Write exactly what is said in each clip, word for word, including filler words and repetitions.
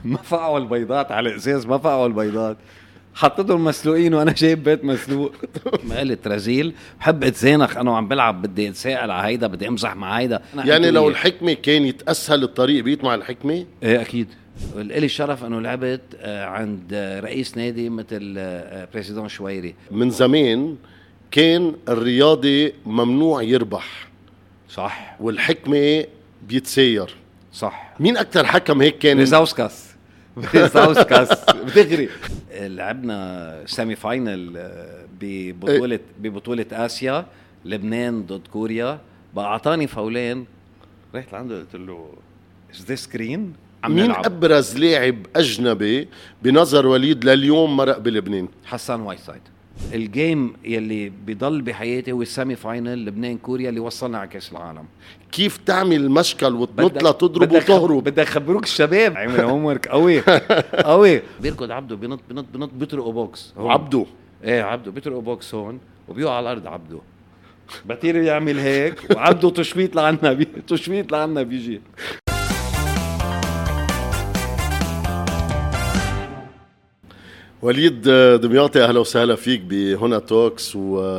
ما فقعوا البيضات على اساس ما فقعوا البيضات، حطيتهم مسلوقين وانا جايب بيت مسلوق. ما قلت رزيل، بحب اتزانخ انا وعم بلعب، بدي اتساءل على هيدا، بدي امزح مع هيدا. يعني لو الحكمه كان يتاسهل الطريق بيت مع الحكمه. ايه اكيد. لي الشرف انه لعبت عند رئيس نادي مثل بريزيدون شويري. من زمان كان الرياضي ممنوع يربح، صح، والحكمه بيتساير، صح. مين اكتر حكم هيك كان؟ بريزاوسكاس. بريزاوسكاس بتغري. لعبنا سيمي فاينل ببطوله ببطوله اسيا، لبنان ضد كوريا. بقى اعطاني فاولين، رحت لعنده قلت له is this green؟ مين ابرز لاعب اجنبي بنظر وليد لليوم مرق بلبنان؟ حسان وايتسايد. الجيم يلي بيضل بحياتي هو السيمي فاينل لبنان كوريا اللي وصلنا على كاس العالم. كيف تعمل مشكل وتنط لتضرب وتهرب؟ بدك خبروك الشباب، عمل هوم ورك قوي قوي. بيركض عبده بينط بينط بينط بيطرقوا بوكس. عبده ايه عبده بيطرقوا بوكس هون وبيقع على الارض. عبده بطير يعمل هيك وعبده تشويط لعنا بي... تشويط لعنا بيجي. وليد دمياطي، اهلا وسهلا فيك بهنا توكس،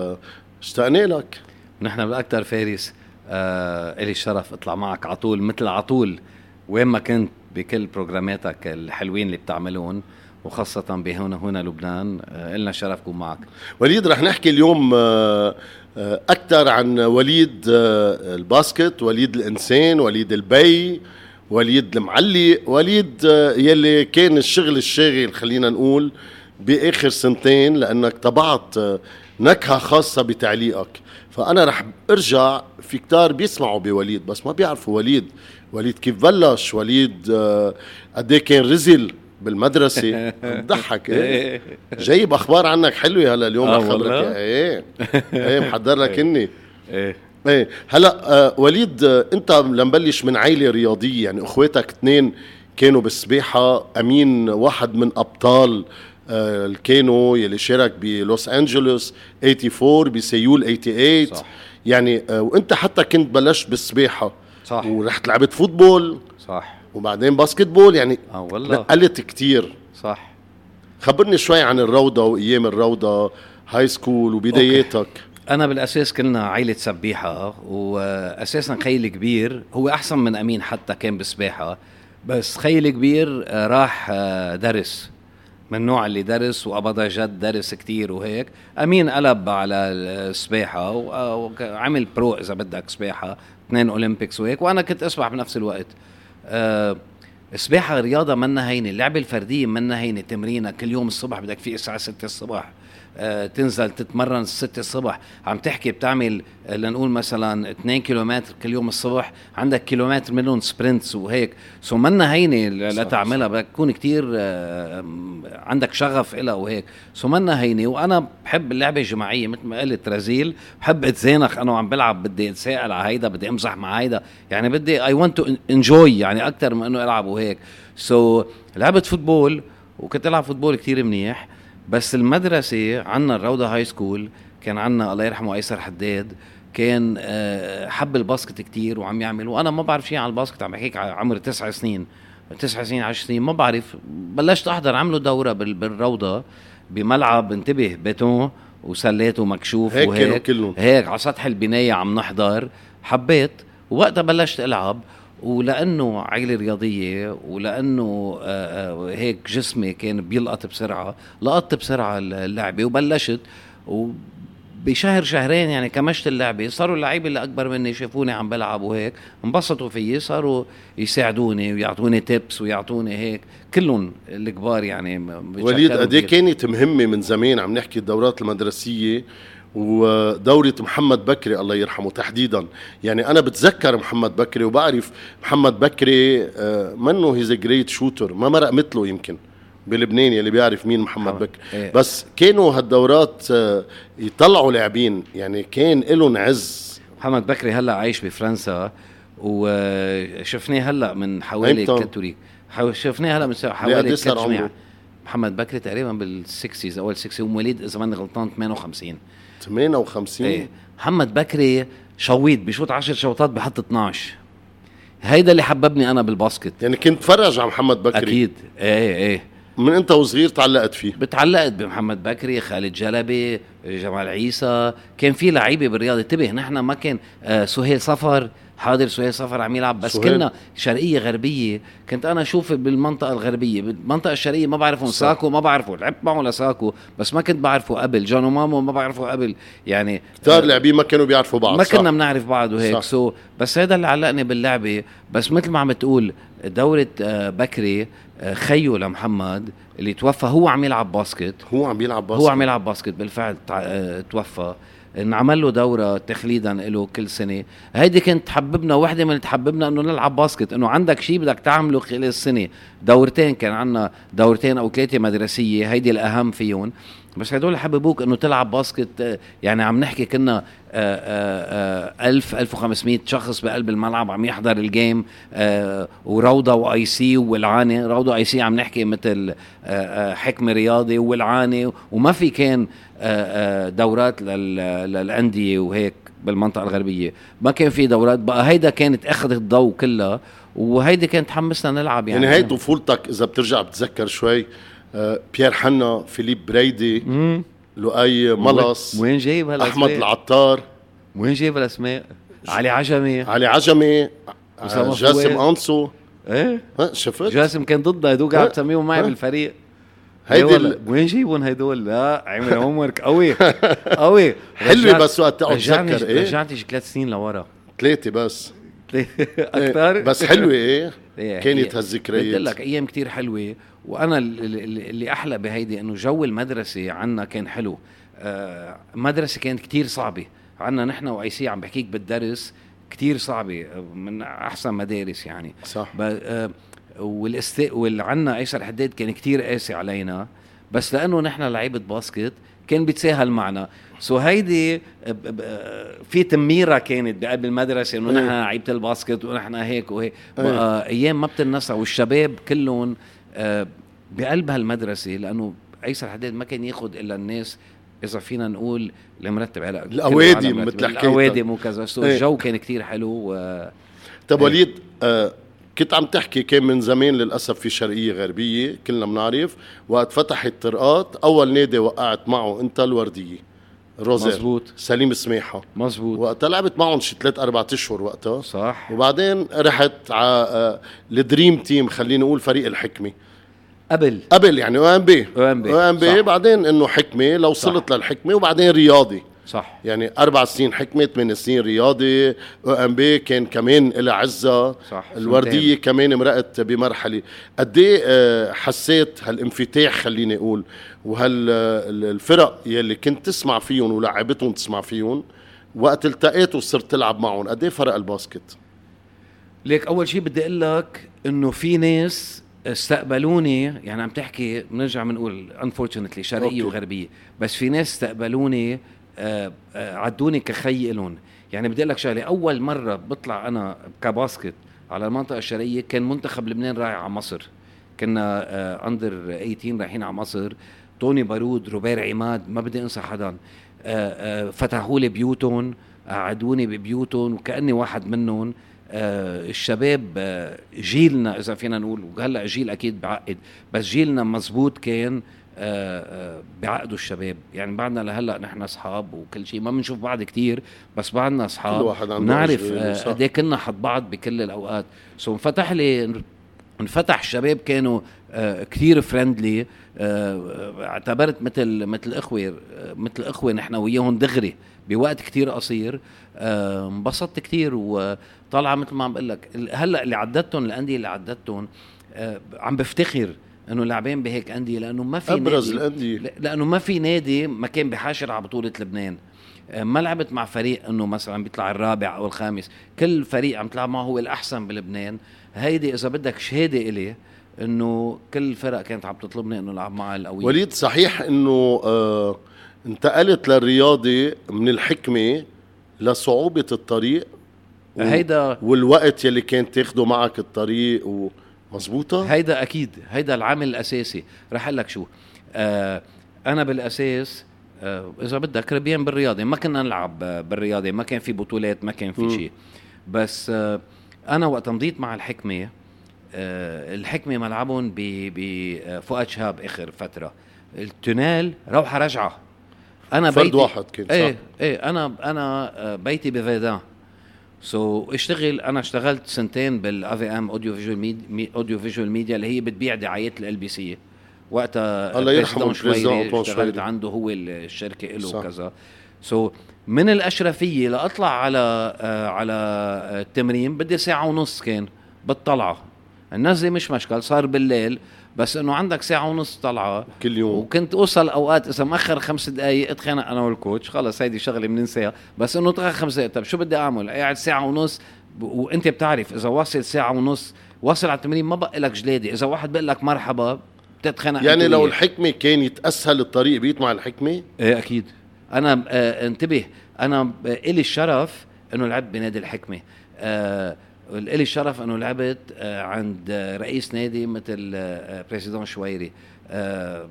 واشتقنا لك. نحن بالاكثر فارس. آه الي الشرف اطلع معك على طول، مثل على طول وين ما كنت بكل بروجراماتك الحلوين اللي بتعملون، وخاصة بهنا هنا لبنان. آه إلنا شرف كون معك. وليد، رح نحكي اليوم آه أكثر عن وليد آه الباسكت، وليد الإنسان، وليد البي، وليد المعلي، وليد آه يلي كان الشغل الشاغل خلينا نقول بآخر سنتين، لأنك طبعت آه نكهة خاصة بتعليقك. فأنا رح أرجع في كتار بيسمعوا بوليد بس ما بيعرفوا وليد وليد كيف بلش، وليد آه قديه كان رزل بالمدرسة. بضحك ايه جايب اخبار عنك حلوة هلا اليوم. آه اخبرك ايه ايه محضر لك اني ايه ايه هلا. آه وليد، آه انت لنبلش من عائلة رياضية، يعني اخواتك اثنين كانوا بالسباحة. امين واحد من ابطال آه الكانو يلي شارك بلوس انجلوس أربعة وثمانين، بسيول ثمانية وثمانين. صح. يعني آه وانت حتى كنت بلشت بالسباحة. صح. ورحت لعبت فوتبول. صح. وبعدين باسكت بول، يعني اه والله نقلت كتير. صح. خبرني شوي عن الروضة وأيام الروضة هاي سكول وبداياتك. أوكي. أنا بالأساس كلنا عائلة سبيحة، وأساسا خيل كبير هو أحسن من أمين حتى كان بسباحة، بس خيل كبير راح درس من النوع اللي درس وقبضة جد درس كتير وهيك. أمين قلب على السباحة وعمل برو إذا بدك سباحة، اثنين أولمبيكس وهيك، وأنا كنت أسبح بنفس الوقت. أه السباحة رياضة منا هينة، اللعبة الفردية منا هينة، تمرينة كل يوم الصبح بدك في الساعة ستة الصبح أه تنزل تتمرن الستة الصبح. عم تحكي بتعمل لنقول مثلا اثنين كيلومتر كل يوم الصبح، عندك كيلومتر منهم سبرنتس وهيك. سو منا هينة لا تعملها، بدك تكون كتير أه عندك شغف إلها وهيك. سو منا هينة. وأنا بحب اللعبة الجماعية مثل ما قلت رزيل، بحب اتزانخ أنا وعم بلعب، بدي اتساءل على هيدا، بدي امزح مع هيدا، يعني بدي I want to enjoy يعني أكتر من أنه ألعب وهيك. سو so, لعبت فوتبول وكنت ألعب فوتبول كتير منيح. بس المدرسة عنا الروضة هاي سكول كان عنا الله يرحمه أيسر حداد، كان حب الباسكت كتير وعم يعمل، وأنا ما بعرف شيء عن الباسكت. عم بحكيك عمر تسع سنين تسع سنين عشر سنين ما بعرف. بلشت أحضر، عملوا دورة بالروضة بملعب انتبه بيتون وسلاته مكشوف هيك وهيك هيك على سطح البناية عم نحضر. حبيت ووقتها بلشت ألعب، ولأنه عائلة رياضية ولأنه آه هيك جسمي كان بيلقط بسرعة، لقطت بسرعة اللعبة وبلشت. وبشهر شهرين يعني كمشت اللعبة، صاروا اللعيبة اللي أكبر مني شافوني عم بلعب وهيك انبسطوا فيي، صاروا يساعدوني ويعطوني تيبس ويعطوني هيك كلهم الكبار. يعني وليد قديه كانت مهمة من زمان، عم نحكي الدورات المدرسية ودورة محمد بكري الله يرحمه تحديدا. يعني أنا بتذكر محمد بكري وبعرف محمد بكري منه هيز جريت شوتر، ما مرق مثله يمكن بلبنان يلي بيعرف مين محمد بكري. إيه. بس كانوا هالدورات يطلعوا لاعبين، يعني كان إلهم عز. محمد بكري هلأ عايش بفرنسا، وشفناه هلأ من حوالي كاتوريك، شفناه هلأ من حوالي كاتوريك. محمد بكري تقريبا بالسكسيز أول سكسي، وموليد إذا ماني غلطان ثمانية وخمسين ثمانية وخمسين. ايه. محمد بكري شويط بيشوط عشر شوطات بحط اثناشر. هيدا اللي حببني انا بالباسكت. يعني كنت تفرج على محمد بكري؟ اكيد ايه ايه. من انت وصغير تعلقت فيه؟ بتعلقت بمحمد بكري، خالد جلبي، جمال عيسى، كان في لعيبه بالرياضه. انتبه نحن ما كان آه سهيل صفر حاضر، سهيل صفر عم يلعب، بس سهيل. كنا شرقيه غربيه. كنت انا اشوف بالمنطقه الغربيه، بالمنطقه الشرقيه ما بعرفهم. ساكو ما بعرفه، لعبت معه لساكو بس ما كنت بعرفه قبل. جانو مامو ما بعرفه قبل. يعني كتار آه لاعبين ما كانوا بيعرفوا بعض، ما كنا بنعرف بعض وهيك. سو بس هذا اللي علقني باللعبه. بس مثل ما عم تقول دوره آه بكري، آه خيو لمحمد اللي توفى هو عم يلعب باسكت. هو عم يلعب باسكت هو عم يلعب باسكت بالفعل. آه توفى، نعمل له دورة تخليدا له كل سنة. هيدي كانت تحببنا، واحدة من تحببنا انه نلعب باسكت، انه عندك شيء بدك تعمله خلال السنة. دورتين كان عنا، دورتين او ثلاثة مدرسية، هيدي الاهم فيهم. بس هدول حببوك انه تلعب باسكت. يعني عم نحكي كنا ألف ألف وخمسمية شخص بقلب الملعب عم يحضر الجيم. وروضة واي سي والعانة. روضة واي سي عم نحكي مثل حكم رياضي والعانة، وما في كان دورات للأندية وهيك بالمنطقة الغربية. ما كان في دورات بقى. هيدا كانت اخذت الضوء كلها، وهيدي كانت تحمسنا نلعب. يعني يعني هي طفولتك اذا بترجع بتذكر شوي. آه بيير حنا، فيليب بريدي، مم. لؤي ملص، وين جايب هالاسماء؟ احمد العطار، وين جايب الاسماء؟ علي عجمي، علي عجمي، جاسم انصو. ايه شفت جاسم كان ضده هدول قاعد تسميهم معي بالفريق. هيدي ال... وين جايبون هدول؟ لا عمل هومورك قوي قوي. حلوه بس وقت اتذكر. ايه رجعتي شي ثلاث سنين لورا، ثلاثه بس اكثر. بس حلوه. ايه, إيه كانت هالذكريات. قلت لك ايام كتير حلوه. وانا اللي احلى بهيدي انه جو المدرسه عنا كان حلو. آه مدرسه كانت كتير صعبه عنا نحن وايسي. عم بحكيك بالدرس كتير صعبه، من احسن مدارس يعني. صح. آه والاست والعنا ايسر حداد كان كتير قاسي علينا، بس لانه نحن لعيبه باسكت كان بيتساهل معنا. سو هيدي في تميره كانت بقلب المدرسه انه نحن لعيبه الباسكت ونحن هيك وهيك. بقى ايام ما بتنسى. والشباب كلهم بقلب هالمدرسه، لانه ايسر حداد ما كان ياخد الا الناس اذا فينا نقول المرتب على الاوادم مثل حكيت الاوادم وكذا. سو الجو كان كتير حلو. و... طب وليد، آه كنت عم تحكي كان من زمان للأسف في شرقية غربية كلنا بنعرف. وقت فتحت طرقات أول نادي وقعت معه أنت الوردية روزير. مزبوط. سليم سماحة. مزبوط. وقت لعبت معهم شي ثلاث أربعة أشهر وقتها. صح. وبعدين رحت على الدريم تيم، خلينا نقول فريق الحكمة. قبل قبل يعني او ام بي او ام بي, أو أم بي. بعدين انه حكمة لو وصلت للحكمة، وبعدين رياضي. صح. يعني أربع سنين حكمة، ثمان سنين رياضي. او ام بي كان كمان إلها عزة. صح. الوردية سنتين. كمان مرقت بمرحلة. قد ايه حسيت هالانفتاح خليني اقول، وهالفرق يلي كنت تسمع فيهم ولعبتهم تسمع فيهم، وقت التقيت وصرت تلعب معهم، قد ايه فرق الباسكت؟ ليك اول شيء بدي اقول لك انه في ناس استقبلوني. يعني عم تحكي بنرجع بنقول unfortunately شرقية وغربية، بس في ناس استقبلوني آه آه عدوني كخي لهم. يعني بدي لك شغله، اول مره بطلع انا كباسكت على المنطقه الشرقيه كان منتخب لبنان رايح على مصر. كنا آه اندر ثمانية عشر رايحين على مصر. توني بارود، روبير عماد، ما بدي انسى حدا. آه آه فتحوا لي بيوتهم، قعدوني ببيوتهم وكاني واحد منهم. آه الشباب آه جيلنا اذا فينا نقول، وهلا جيل اكيد بعقد، بس جيلنا مزبوط كان آه آه بعقدوا الشباب. يعني بعدنا لهلا نحن اصحاب وكل شيء، ما بنشوف بعض كتير بس بعدنا اصحاب. نعرف قد ايه كنا حد بعض بكل الاوقات. سو انفتح لي انفتح الشباب كانوا آه كتير فريندلي. آه اعتبرت مثل مثل اخوه آه مثل اخوه نحن وياهم دغري بوقت كتير قصير. انبسطت آه كتير. وطالعه مثل ما عم بقول لك هلا اللي عددتهم الانديه اللي عددتهم آه عم بفتخر انه لاعبين بهيك انديه، لانه ما في ابرز نادي الانديه، لانه ما في نادي ما كان بحاشر على بطوله لبنان. آه ما لعبت مع فريق انه مثلا بيطلع الرابع او الخامس، كل فريق عم تلعب معه هو الاحسن بلبنان. هيدي اذا بدك شهاده الي انه كل الفرق كانت عم تطلبني انه العب معها القوي. وليد صحيح انه آه انتقلت للرياضه من الحكمه لصعوبه الطريق و... هيدا والوقت يلي كان تاخده معك الطريق ومزبوطه. هيدا اكيد هيدا العامل الاساسي. رح اقول لك شو، آه انا بالاساس آه اذا بدك ربيان بالرياضه، ما كنا نلعب بالرياضه، ما كان في بطولات، ما كان في شيء. بس آه انا وقت مضيت مع الحكمه، أه الحكمه ملعبهم بفؤاد شهاب اخر فتره، التونيل روحه رجعه. انا فرد بيتي واحد كان، ايه صح؟ ايه انا انا بيتي بفيدان، سو so, اشتغل. انا اشتغلت سنتين بالافي ام اوديو فيجوال ميديا اوديو فيجوال ميديا اللي هي بتبيع دعايات ال بي سي. وقتها الله يرحمه شويري اشتغلت عنده، هو الشركه له وكذا. سو so, من الاشرفيه لاطلع على آه على التمرين بدي ساعه ونص، كان بالطلعه النزله مش مشكل، صار بالليل، بس انه عندك ساعه ونص طلعه كل يوم. وكنت اوصل اوقات اذا مأخر خمس دقائق اتخانق انا والكوتش، خلص هيدي شغله بننساها، بس انه تاخر خمس دقائق. طب شو بدي اعمل؟ قاعد ساعه ونص، وانت بتعرف اذا واصل ساعه ونص واصل على التمرين ما بقى لك جلاده، اذا واحد بقول لك مرحبا بتتخانق. يعني لو الحكمه كان يتاسهل الطريق بيت مع الحكمه. ايه اكيد. انا آه انتبه، انا الي الشرف انه لعبت بنادي الحكمه، آه الي الشرف انه لعبت آه عند رئيس نادي مثل آه بريزيدون شويري. آه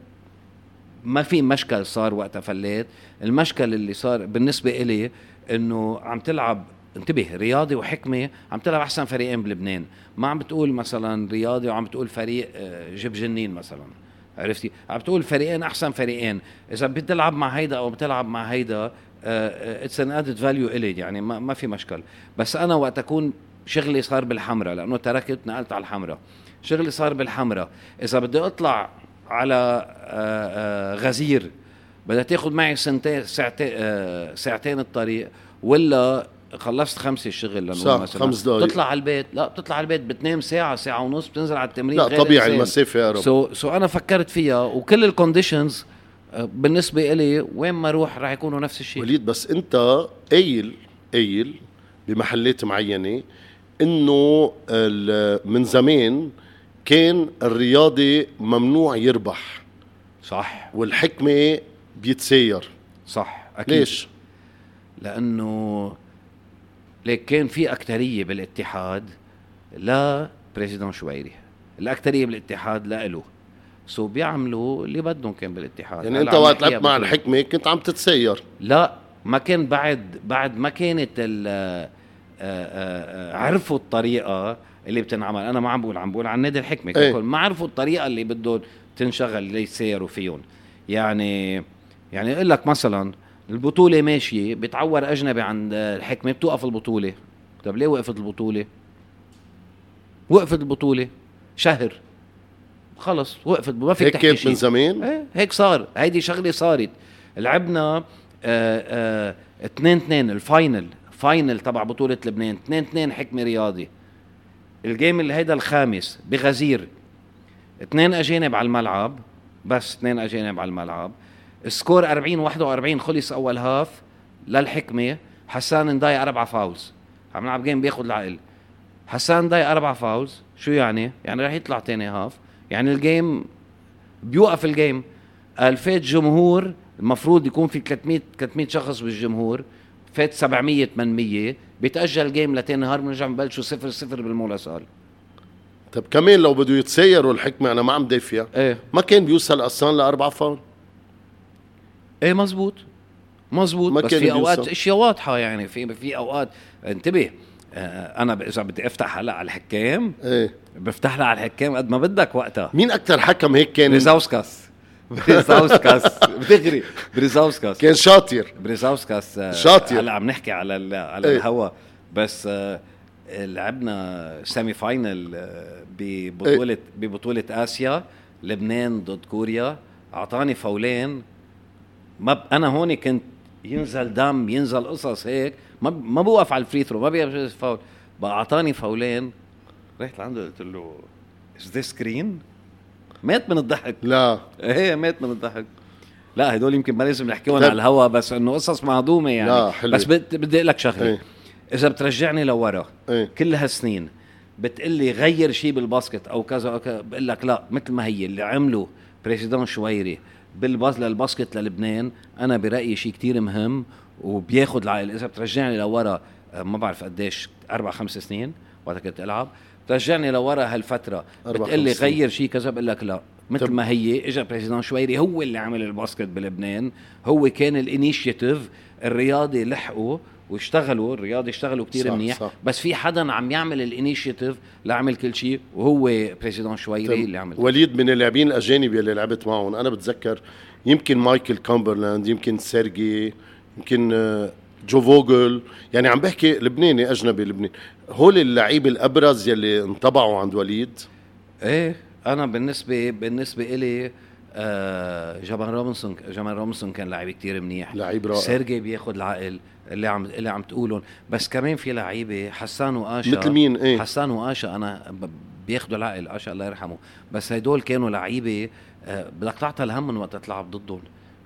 ما في مشكل صار وقتها فليت. المشكل اللي صار بالنسبه إلي انه عم تلعب، انتبه، رياضي وحكمه، عم تلعب احسن فريقين بلبنان. ما عم بتقول مثلا رياضي وعم بتقول فريق آه جيب جنين مثلا، عرفتي؟ عم بتقول فريقين احسن فريقين. اذا بتلعب مع هيدا او بتلعب مع هيدا اتس ان ادد فاليو الي، يعني ما, ما في مشكل. بس انا وقت اكون شغلي صار بالحمرة، لانه تركت نقلت على الحمرة، شغلي صار بالحمرة، اذا بدي اطلع على آآ آآ غزير بدها تاخد معي سنتين ساعتين ساعتين الطريق، ولا خلصت خمسة الشغل لانه مثلا خمس دقائق تطلع على البيت، لا بتطلع على البيت بتنام ساعة ساعة ونص، بتنزل على التمرين. لا طبيعي المسافة يا رب. سو سو انا فكرت فيها، وكل الكونديشنز بالنسبة إلي وين ما اروح راح يكونوا نفس الشيء. وليد بس انت قايل قايل بمحلات معينة انه من زمان كان الرياضي ممنوع يربح، صح، والحكمة بيتساير، صح أكيد. ليش؟ لأنه ليك كان في أكترية بالاتحاد لا بريزيدون شويري، الأكترية بالاتحاد لا له، سو بيعملوا اللي بدهم كان بالاتحاد. يعني انت وقت لعبت مع الحكمة كنت عم تتساير؟ لا، ما كان، بعد بعد ما كانت عرفوا الطريقة اللي بتنعمل. انا ما عم بقول عم بقول عن نادي الحكمة ايه؟ كل ما عرفوا الطريقة اللي بدهم تنشغل ليسيروا فيهم. يعني يعني اقول لك مثلا البطولة ماشية، بتعور اجنبي عند الحكمة بتوقف البطولة. طب ليه وقفت البطولة؟ وقفت البطولة شهر خلص، وقفت، ما فيك تحكي شيء. من زمان ايه هيك صار، هيدي شغلة صارت. لعبنا اه اه اتنين اتنين الفاينل فاينل تبع بطولة لبنان، اتنين اتنين حكمة رياضي. الجيم اللي هيدا الخامس بغزير، اتنين اجانب على الملعب، بس اتنين اجانب على الملعب، السكور أربعين واحد وأربعين، خلص اول هاف للحكمة. حسان ضايع اربعة فاولز، عم نلعب جيم بياخد العقل. حسان ضايع اربعة فاولز، شو يعني؟ يعني راح يطلع تاني هاف، يعني الجيم بيوقف الجيم. الفات جمهور، المفروض يكون في ثلاثمية ثلاثمية شخص بالجمهور، فات سبعمية ثمانمية، بيتأجل جيم لتاني نهار، بنرجع بنبلشوا صفر صفر بالمولا صار. طب كمان لو بده يتسيروا الحكمة، أنا ما عم دافع، ايه ما كان بيوصل أصلا لأربعة فاول. ايه مزبوط مزبوط، بس في أوقات بيوصل. اشياء واضحة، يعني في في أوقات انتبه. آه أنا إذا بدي أفتح هلا على الحكام، ايه بفتح لها على الحكام قد ما بدك وقتها. مين أكتر حكم هيك كان؟ بريزاوسكاس بريزاوسكاس بتغري بريزاوسكاس كان شاطر. بريزاوسكاس شاطر. هلا عم نحكي على ال على ايه. الهوا، بس آه لعبنا سيمي فاينل ببطولة ايه. ببطولة آسيا، لبنان ضد كوريا. أعطاني فاولين، ما ب... أنا هون كنت ينزل دم ينزل قصص هيك، ما ب... ما بوقف على الفري ثرو، ما بيقف فاول. بقى أعطاني فاولين، رحت لعنده قلت له is this green؟ مات من الضحك. لا ايه مات من الضحك. لا هدول يمكن ما لازم نحكيهم على الهوا، بس انه قصص مهضومه يعني. لا حلو. بس بدي اقول لك شغله، ايه. اذا بترجعني لورا ايه. كل هالسنين بتقلي غير شيء بالباسكت او كذا او كذا، بقول لك لا، مثل ما هي اللي عمله بريزيدون شويري بالباز للباسكت للبنان، انا برايي شيء كتير مهم وبياخد العقل. اذا بترجعني لورا ما بعرف قديش، اربع خمس سنين وقت كنت العب، ترجعني لورا هالفتره بتقلي غير شيء كذا، بقول لك لا، مثل ما هي. اجى بريزيدون شويري هو اللي عمل الباسكت بلبنان، هو كان الانيشيتيف، الرياضي لحقه واشتغلوا الرياضي اشتغلوا كتير صح منيح صح. بس في حدا عم يعمل الانيشيتيف لعمل كل شيء وهو بريزيدون شويري اللي عمل. وليد من اللاعبين الاجانب اللي لعبت معهم انا بتذكر يمكن مايكل كامبرلاند يمكن سيرجي يمكن جو فوغل يعني عم بحكي لبناني اجنبي لبناني هول اللعيبه الابرز يلي انطبعوا عند وليد. ايه انا بالنسبه بالنسبه إلي آه جمال روبنسون جمال روبنسون كان لاعب كتير منيح لعيب رائع. سيرجي بياخد العقل اللي عم اللي عم تقولون بس كمان في لعيبه حسان وآشا مثل مين؟ ايه حسان وآشا انا ب- بياخدوا العقل آشا الله يرحمه بس هدول كانوا لعيبه آه بدك تعطى الهم من وقت تلعب ضدهم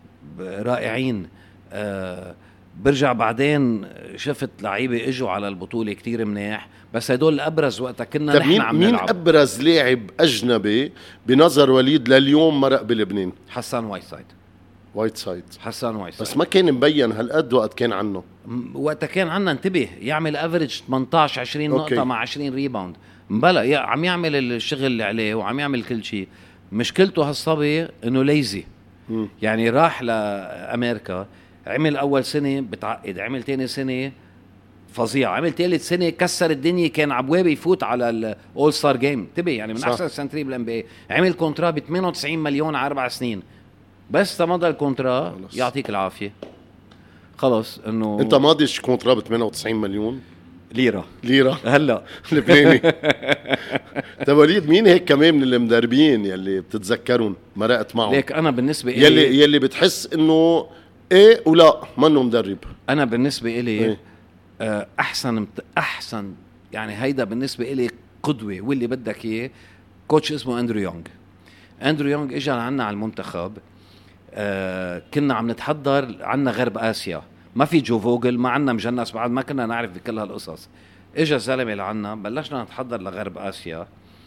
رائعين. آه برجع بعدين شفت لعيبه اجوا على البطوله كتير منيح بس هدول الابرز وقتها كنا نحن مين عم مين نلعب. ابرز لاعب اجنبي بنظر وليد لليوم مرق بلبنان؟ حسان وايت سايد وايت سايد حسان وايت سايد بس ما كان مبين هالقد وقت كان عنه. م- وقتها كان عنا انتبه يعمل افريج ثمانية عشر عشرين أوكي. نقطة مع عشرين ريباوند مبلا يا عم يعمل الشغل اللي عليه وعم يعمل كل شيء. مشكلته هالصبي انه ليزي مم. يعني راح لامريكا عمل اول سنة بتعقد عمل تاني سنة فظيع عمل ثالث سنة كسر الدنيا كان عبواب يفوت على الاول ستار جيم انتبه يعني من صح. احسن السنتري بالان بي عمل كونترا ب ثمانية وتسعين مليون على اربع سنين بس تمضى الكونترا خلص. يعطيك العافية خلص انه انت ماضي كونترا ب ثمانية وتسعين مليون ليرة ليره هلا لبناني. طيب وليد مين هيك كمان من المدربين يلي بتتذكرون مرقت معهم ليك انا بالنسبه يلي إلي يلي بتحس انه ايه ولا منه مدرب؟ انا بالنسبه إلي إيه؟ آه، احسن احسن يعني هيدا بالنسبه إلي قدوه واللي بدك اياه كوتش اسمه اندرو يونغ. اندرو يونغ اجى عنا على المنتخب آه، كنا عم نتحضر عنا غرب اسيا ما في جو فوغل ما عنا مجنس بعد ما كنا نعرف بكل هالقصص. اجى الزلمه لعنا بلشنا نتحضر لغرب اسيا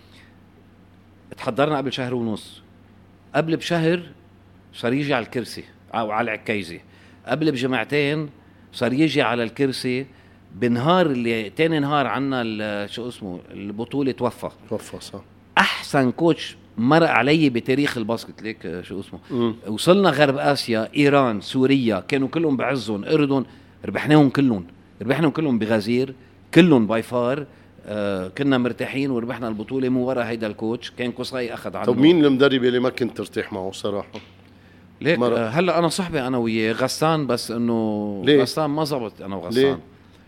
تحضرنا قبل شهر ونص قبل بشهر صار يجي على الكرسي او على العكيزه قبل بجمعتين صار يجي على الكرسي بنهار اللي تاني نهار عنا شو اسمه البطوله توفى. توفى صح. احسن كوتش مرق علي بتاريخ الباسكت ليك شو اسمه مم. وصلنا غرب اسيا ايران سوريا كانوا كلهم بعزهم اردن ربحناهم كلهم ربحناهم كلهم بغزير كلهم باي فار آه كنا مرتاحين وربحنا البطوله مو ورا هيدا الكوتش كان قصي اخذ عنه. طب مين المدرب اللي ما كنت ترتاح معه صراحه؟ ليك مرة. آه هلا انا صاحبي انا وياه غسان بس انه ليه؟ غسان ما زبط انا وغسان. ليه؟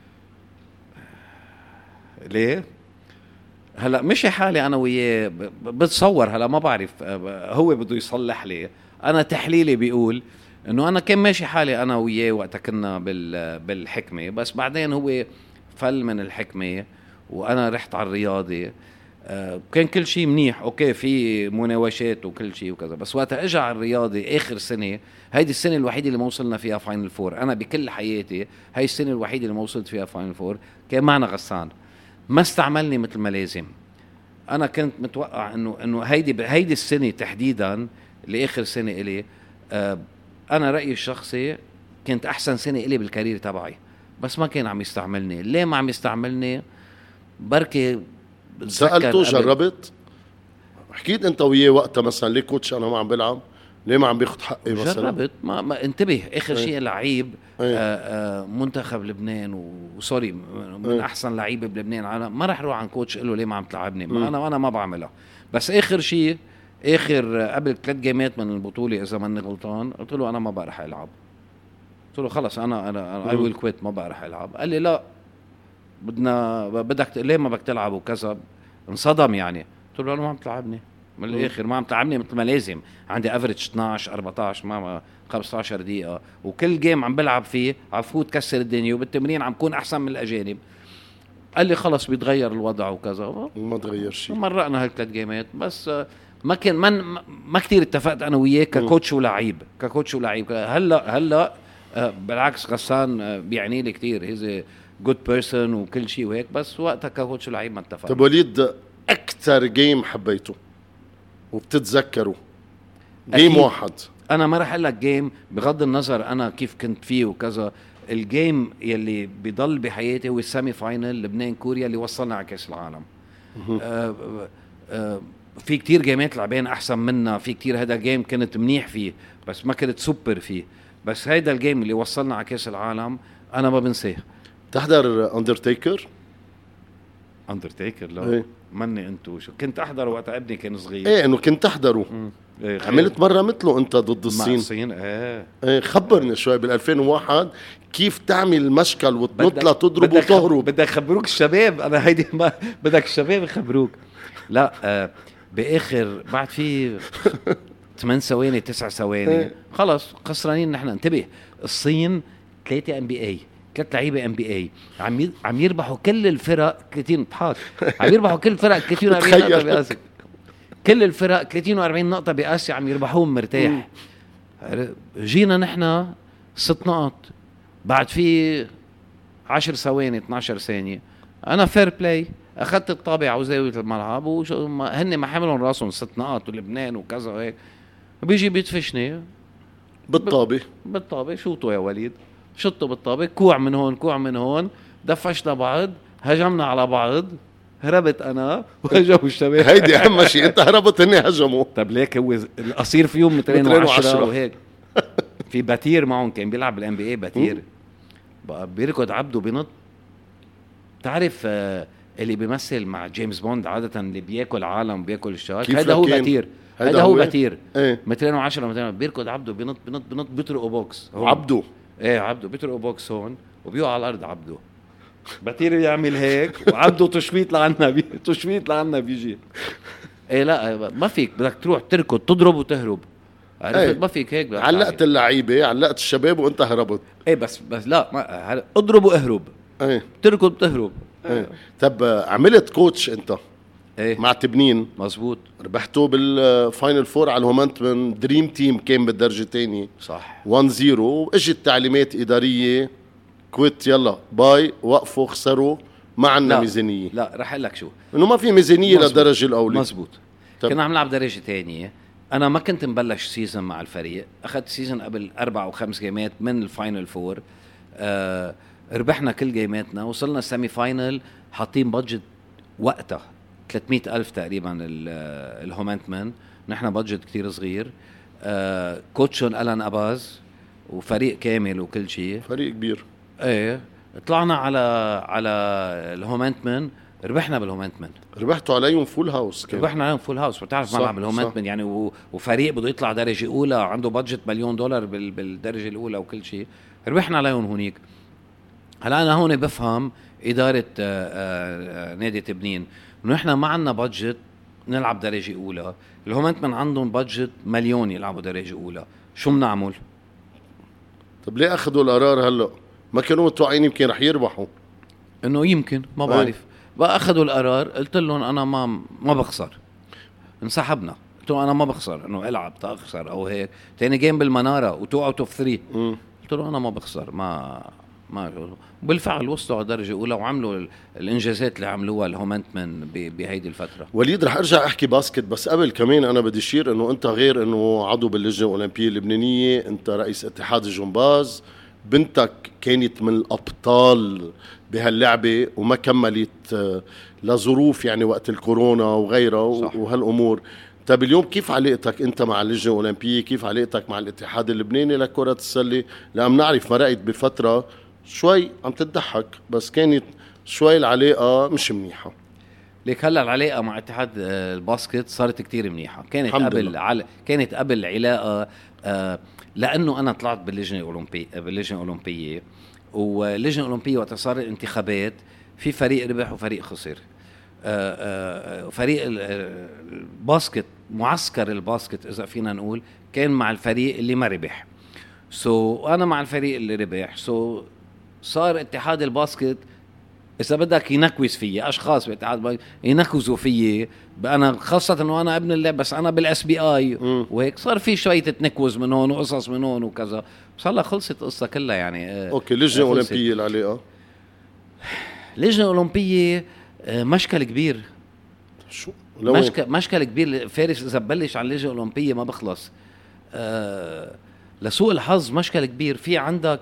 ليه هلا مشي حالي انا وياه ب- ب- بتصور هلا ما بعرف آه، هو بده يصلح لي انا تحليلي بيقول انه انا كان ماشي حالي انا وياه وقت كنا بال بالحكمه بس بعدين هو فل من الحكمه وانا رحت على الرياضه آه، كان كل شيء منيح اوكي في مناوشات وكل شيء وكذا بس وقت اجى على الرياضه اخر سنه هيدي السنه الوحيده اللي ما وصلنا فيها فاينل فور. انا بكل حياتي هاي السنه الوحيده اللي ما وصلت فيها فاينل فور كان معنا غسان ما استعملني مثل ما لازم. انا كنت متوقع انه انه هيدي هيدي السنه تحديدا اللي اخر سنه الي آه انا رايي الشخصي كانت احسن سنه الي بالكارير تبعي بس ما كان عم يستعملني. ليه ما عم يستعملني؟ بركي سالته جربت حكيت انت وياه وقتها مثلا ليه كوتش انا ما عم بلعب ليه ما عم بياخد حقي مثلا؟ جربت ما, ما انتبه اخر ايه. شيء لعيب ايه. آه آه منتخب لبنان وسوري من ايه. احسن لعيبه بلبنان انا ما رح اروح عن كوتش اقول له ليه ما عم تلعبني مم. ما انا وانا ما بعملها. بس اخر شيء اخر آه، قبل ثلاث جيمات من البطوله اذا ماني غلطان قلت له انا ما بقى رح العب. قلت له خلص انا انا اي مم. ويل كويت ما بقى رح العب. قال لي لا بدنا بدك ت- ليه ما بدك تلعب وكذا انصدم يعني. قلت له انا ما عم تلعبني من مم. الاخر ما عم تلعبني مثل ما لازم عندي افريج اثناشر أربعتاشر ما ما خمسة عشر دقيقه وكل جيم عم بلعب فيه عم فوت كسر الدنيا وبالتمرين عم كون احسن من الاجانب. قال لي خلص بيتغير الوضع وكذا ما تغير شيء. مرقنا هالثلاث جيمات بس آه، ما كان ما ما- ما كثير اتفقت انا وياه ككوتش ولعيب ككوتش ولعيب هلا هلا آه، بالعكس غسان آه، بيعني لي كثير هيز جود بيرسون وكل شيء وهيك بس وقتها ككوتش ولعيب ما اتفقنا. طب وليد اكثر جيم حبيته وبتتذكره جيم أكيد. واحد؟ انا ما رح اقول لك جيم بغض النظر انا كيف كنت فيه وكذا. الجيم يلي بيضل بحياتي هو السيمي فاينل لبنان كوريا اللي وصلنا على كاس العالم. آه آه في كتير جيمات لعبين احسن منا في كتير هذا جيم كنت منيح فيه بس ما كنت سوبر فيه بس هيدا الجيم اللي وصلنا على كاس العالم انا ما بنساه. تحضر اندرتيكر؟ اندرتيكر لا ايه مني انتو شو كنت احضر وقت ابني كان صغير. ايه انه كنت تحضره. إيه عملت مره مثله انت ضد مع الصين. الصين ايه. ايه خبرني شوي بال ألفين وواحد كيف تعمل مشكل وتنط بدك- لتضرب بدك- وتهرب. بدك خبروك الشباب انا هيدي ما بدك الشباب يخبروك. لا آه باخر بعد في ثمان ثواني تسع ثواني خلص خسرانين نحن. انتبه الصين ثلاثة ام بي اي ثلاث لعيبه ام بي اي عم ي- عم يربحوا كل الفرق ثلاثين بحاط عم يربحوا كل الفرق ثلاثين وأربعين نقطه تخيل. باسيا. كل الفرق ثلاثين وأربعين نقطه باسيا عم يربحوهم مرتاح. جينا نحن ست نقط بعد في عشر ثواني اثناشر ثانيه. انا فير بلاي اخذت الطابع وزاويه الملعب وهن ما حملهم راسهم ست نقط ولبنان وكذا وهيك. بيجي بيدفشني بالطابة بالطابة. شوطوا يا وليد شطوا بالطابة كوع من هون كوع من هون دفشنا بعض هجمنا على بعض هربت انا وهجموا الشباب. هيدي اهم شيء انت هربت هني هجموا. طب ليك هو القصير فيهم مترين مترين وعشرة وعشرة. وهيك. في باتير معهم كان بيلعب بالان بي اي باتير بقى بيركض عبده بنط. تعرف آه اللي بيمثل مع جيمس بوند عادة اللي بياكل عالم بياكل الشارك كيف هذا هو لكن؟ باتير. هيدا هذا هو هو؟ باتير ايه مترين وعشرة مترين بيركض عبده بنط بنط بنط بيطرقوا بوكس هون. عبده ايه عبده بيطرقوا بوكس هون وبيقع على الارض عبده. باتير بيعمل هيك وعبده تشميت لعنا بي... تشميت لعنا بيجي. ايه لا ما فيك بدك تروح تركض تضرب وتهرب. عرفت ايه. ما فيك هيك بدك علقت تعمل. اللعيبة علقت الشباب وانت هربت. ايه بس بس لا ما هل- اضرب واهرب ايه تركض تهرب. ايه طب آه، عملت كوتش انت ايه مع تبنين مزبوط ربحتوا بالفاينل فور على الهومنت من دريم تيم كان بالدرجة تاني صح. واحد صفر واجت تعليمات إدارية كويت يلا باي وقفوا خسروا ما عنا لا. ميزانية. لا رح اقول لك شو انه ما في ميزانية مزبوط. للدرجة الأولى. مزبوط. طب. كنا عم نلعب درجة تانية. أنا ما كنت مبلش سيزن مع الفريق. أخذت سيزن قبل أربع أو خمس جيمات من الفاينل فور. آه ربحنا كل جيماتنا وصلنا السيمي فاينل حاطين بادجت وقتها ثلاثمئة ألف تقريبا الهومنتمان. نحن بادجت كتير صغير. آه كوتشون ألان أباز وفريق كامل وكل شيء. فريق كبير. ايه طلعنا على على الهومنتمان ربحنا بالهومنتمان. ربحتوا عليهم فول هاوس كان. ربحنا عليهم فول هاوس. بتعرف صح، ملعب صح. الهومنتمان يعني و- وفريق بده يطلع درجه اولى عنده بادجت مليون دولار بال- بالدرجه الاولى وكل شيء. ربحنا عليهم هونيك. هلا انا هون بفهم اداره آه، آه، نادي تبنين انه احنا ما عندنا بادجت نلعب درجه اولى. الهومنتمان عندهم بادجت مليون يلعبوا درجه اولى. شو بنعمل؟ طب ليه اخذوا القرار هلا؟ ما كانوا متوقعين يمكن رح يربحوا. انه يمكن ما بعرف. بقى اخذوا القرار قلت لهم انا ما ما بخسر. انسحبنا قلت له انا ما بخسر انه العب تاخسر او هيك. تاني جيم بالمناره وتو اوت اوف ثري قلت له انا ما بخسر ما ما وبالفعل وصلوا على درجه اولى وعملوا ال- الانجازات اللي عملوها الهومنتمان ب- بهيدي الفتره. وليد رح ارجع احكي باسكت بس قبل كمان انا بدي اشير انه انت غير انه عضو باللجنه الاولمبيه اللبنانيه انت رئيس اتحاد الجمباز. بنتك كانت من الابطال بهاللعبه وما كملت آه، لظروف يعني وقت الكورونا وغيرها صح. وهالامور. طيب اليوم كيف علاقتك انت مع اللجنه الاولمبيه؟ كيف علاقتك مع الاتحاد اللبناني لكره السله؟ لأن نعرف مرقت بفتره شوي عم تضحك بس كانت شوي العلاقه مش منيحه. ليك هلا العلاقه مع اتحاد آه، الباسكت صارت كتير منيحه. كانت الحمد قبل لله. عل... كانت قبل علاقه آه، لانه انا طلعت باللجنه الاولمبيه باللجنه الاولمبيه واللجنه الاولمبيه وقت صار الانتخابات في فريق ربح وفريق خسر. آه، آه، فريق ال- آه، الباسكت معسكر الباسكت اذا فينا نقول كان مع الفريق اللي ما ربح. سو انا مع الفريق اللي ربح. سو صار اتحاد الباسكت اذا بدك ينكوز فيي اشخاص باتحاد الباسكت ينكوزوا فيي. انا خاصه انه انا ابن اللعب بس انا بالاس بي اي وهيك صار في شويه تنكوز من هون وقصص من هون وكذا. بس هلا خلصت القصه كلها يعني. آه، اوكي لجنه خلصت. اولمبيه العلاقه اللجنه الاولمبيه آه، مشكل كبير. شو لوين؟ مشكل مشكل كبير فارس اذا ببلش على اللجنه الاولمبيه ما بخلص. آه لسوء الحظ مشكل كبير. في عندك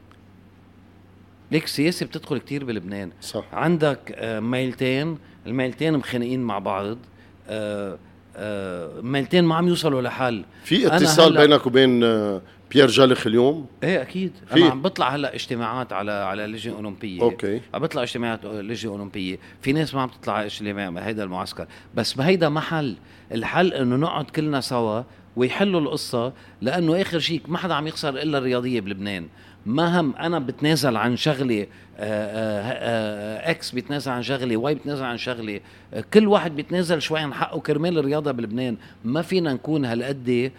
ليك سياسه بتدخل كتير بلبنان. صح. عندك آه ميلتين الميلتين مخانقين مع بعض. آه آه ميلتين ما عم يوصلوا لحل. في أنا اتصال هلأ- بينك وبين آه، بيير جالخ اليوم؟ ايه اكيد. في. انا عم بطلع هلا اجتماعات على على اللجنه الاولمبيه. اوكي. عم بطلع اجتماعات اللجنه الاولمبيه، في ناس ما عم تطلع على اجتماع هيدا المعسكر، بس ما هيدا محل الحل انه نقعد كلنا سوا ويحلوا القصه، لانه اخر شيء ما حدا عم يخسر الا الرياضيه بلبنان. ما هم انا بتنازل عن شغلي، آآ آآ اكس بيتنازل عن شغلي، واي بيتنازل عن شغلي، كل واحد بيتنازل شوي عن حقه كرمال الرياضه بلبنان. ما فينا نكون هالقد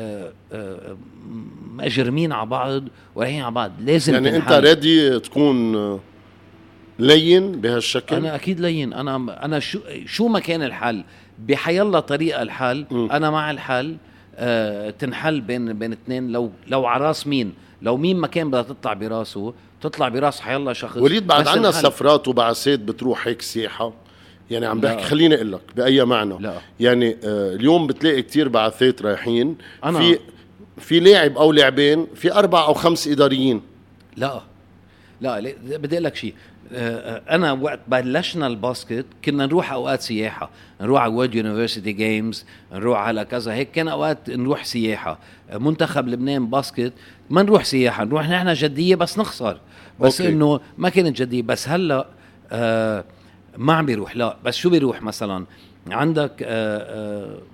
مجرمين على بعض ورايحين على بعض. لازم يعني تنحل. انت رادي تكون لين بهالشكل؟ انا اكيد لين. انا انا شو شو ما كان الحل بحيالله طريقه الحل، م. انا مع الحل. آه تنحل بين بين اثنين. لو لو عراس مين، لو مين ما كان بدها تطلع براسه تطلع براس حيالله شخص. وليد بعد عنا سفرات وبعثات بتروح هيك سياحه، يعني عم بحكي خليني اقول لك باي معنى. لا. يعني آه اليوم بتلاقي كتير بعثات رايحين، أنا في في لاعب او لاعبين، في اربع او خمس اداريين. لا لا بدي اقول لك شيء. انا وقت بلشنا الباسكت كنا نروح اوقات سياحه، نروح على وورد يونيفرسيتي جيمز، نروح على كذا هيك، كان اوقات نروح سياحه. منتخب لبنان باسكت ما نروح سياحه، نروح نحن جديه بس نخسر، بس أوكي. انه ما كانت جديه. بس هلا آه ما عم بيروح. لا بس شو بيروح مثلا عندك آه آه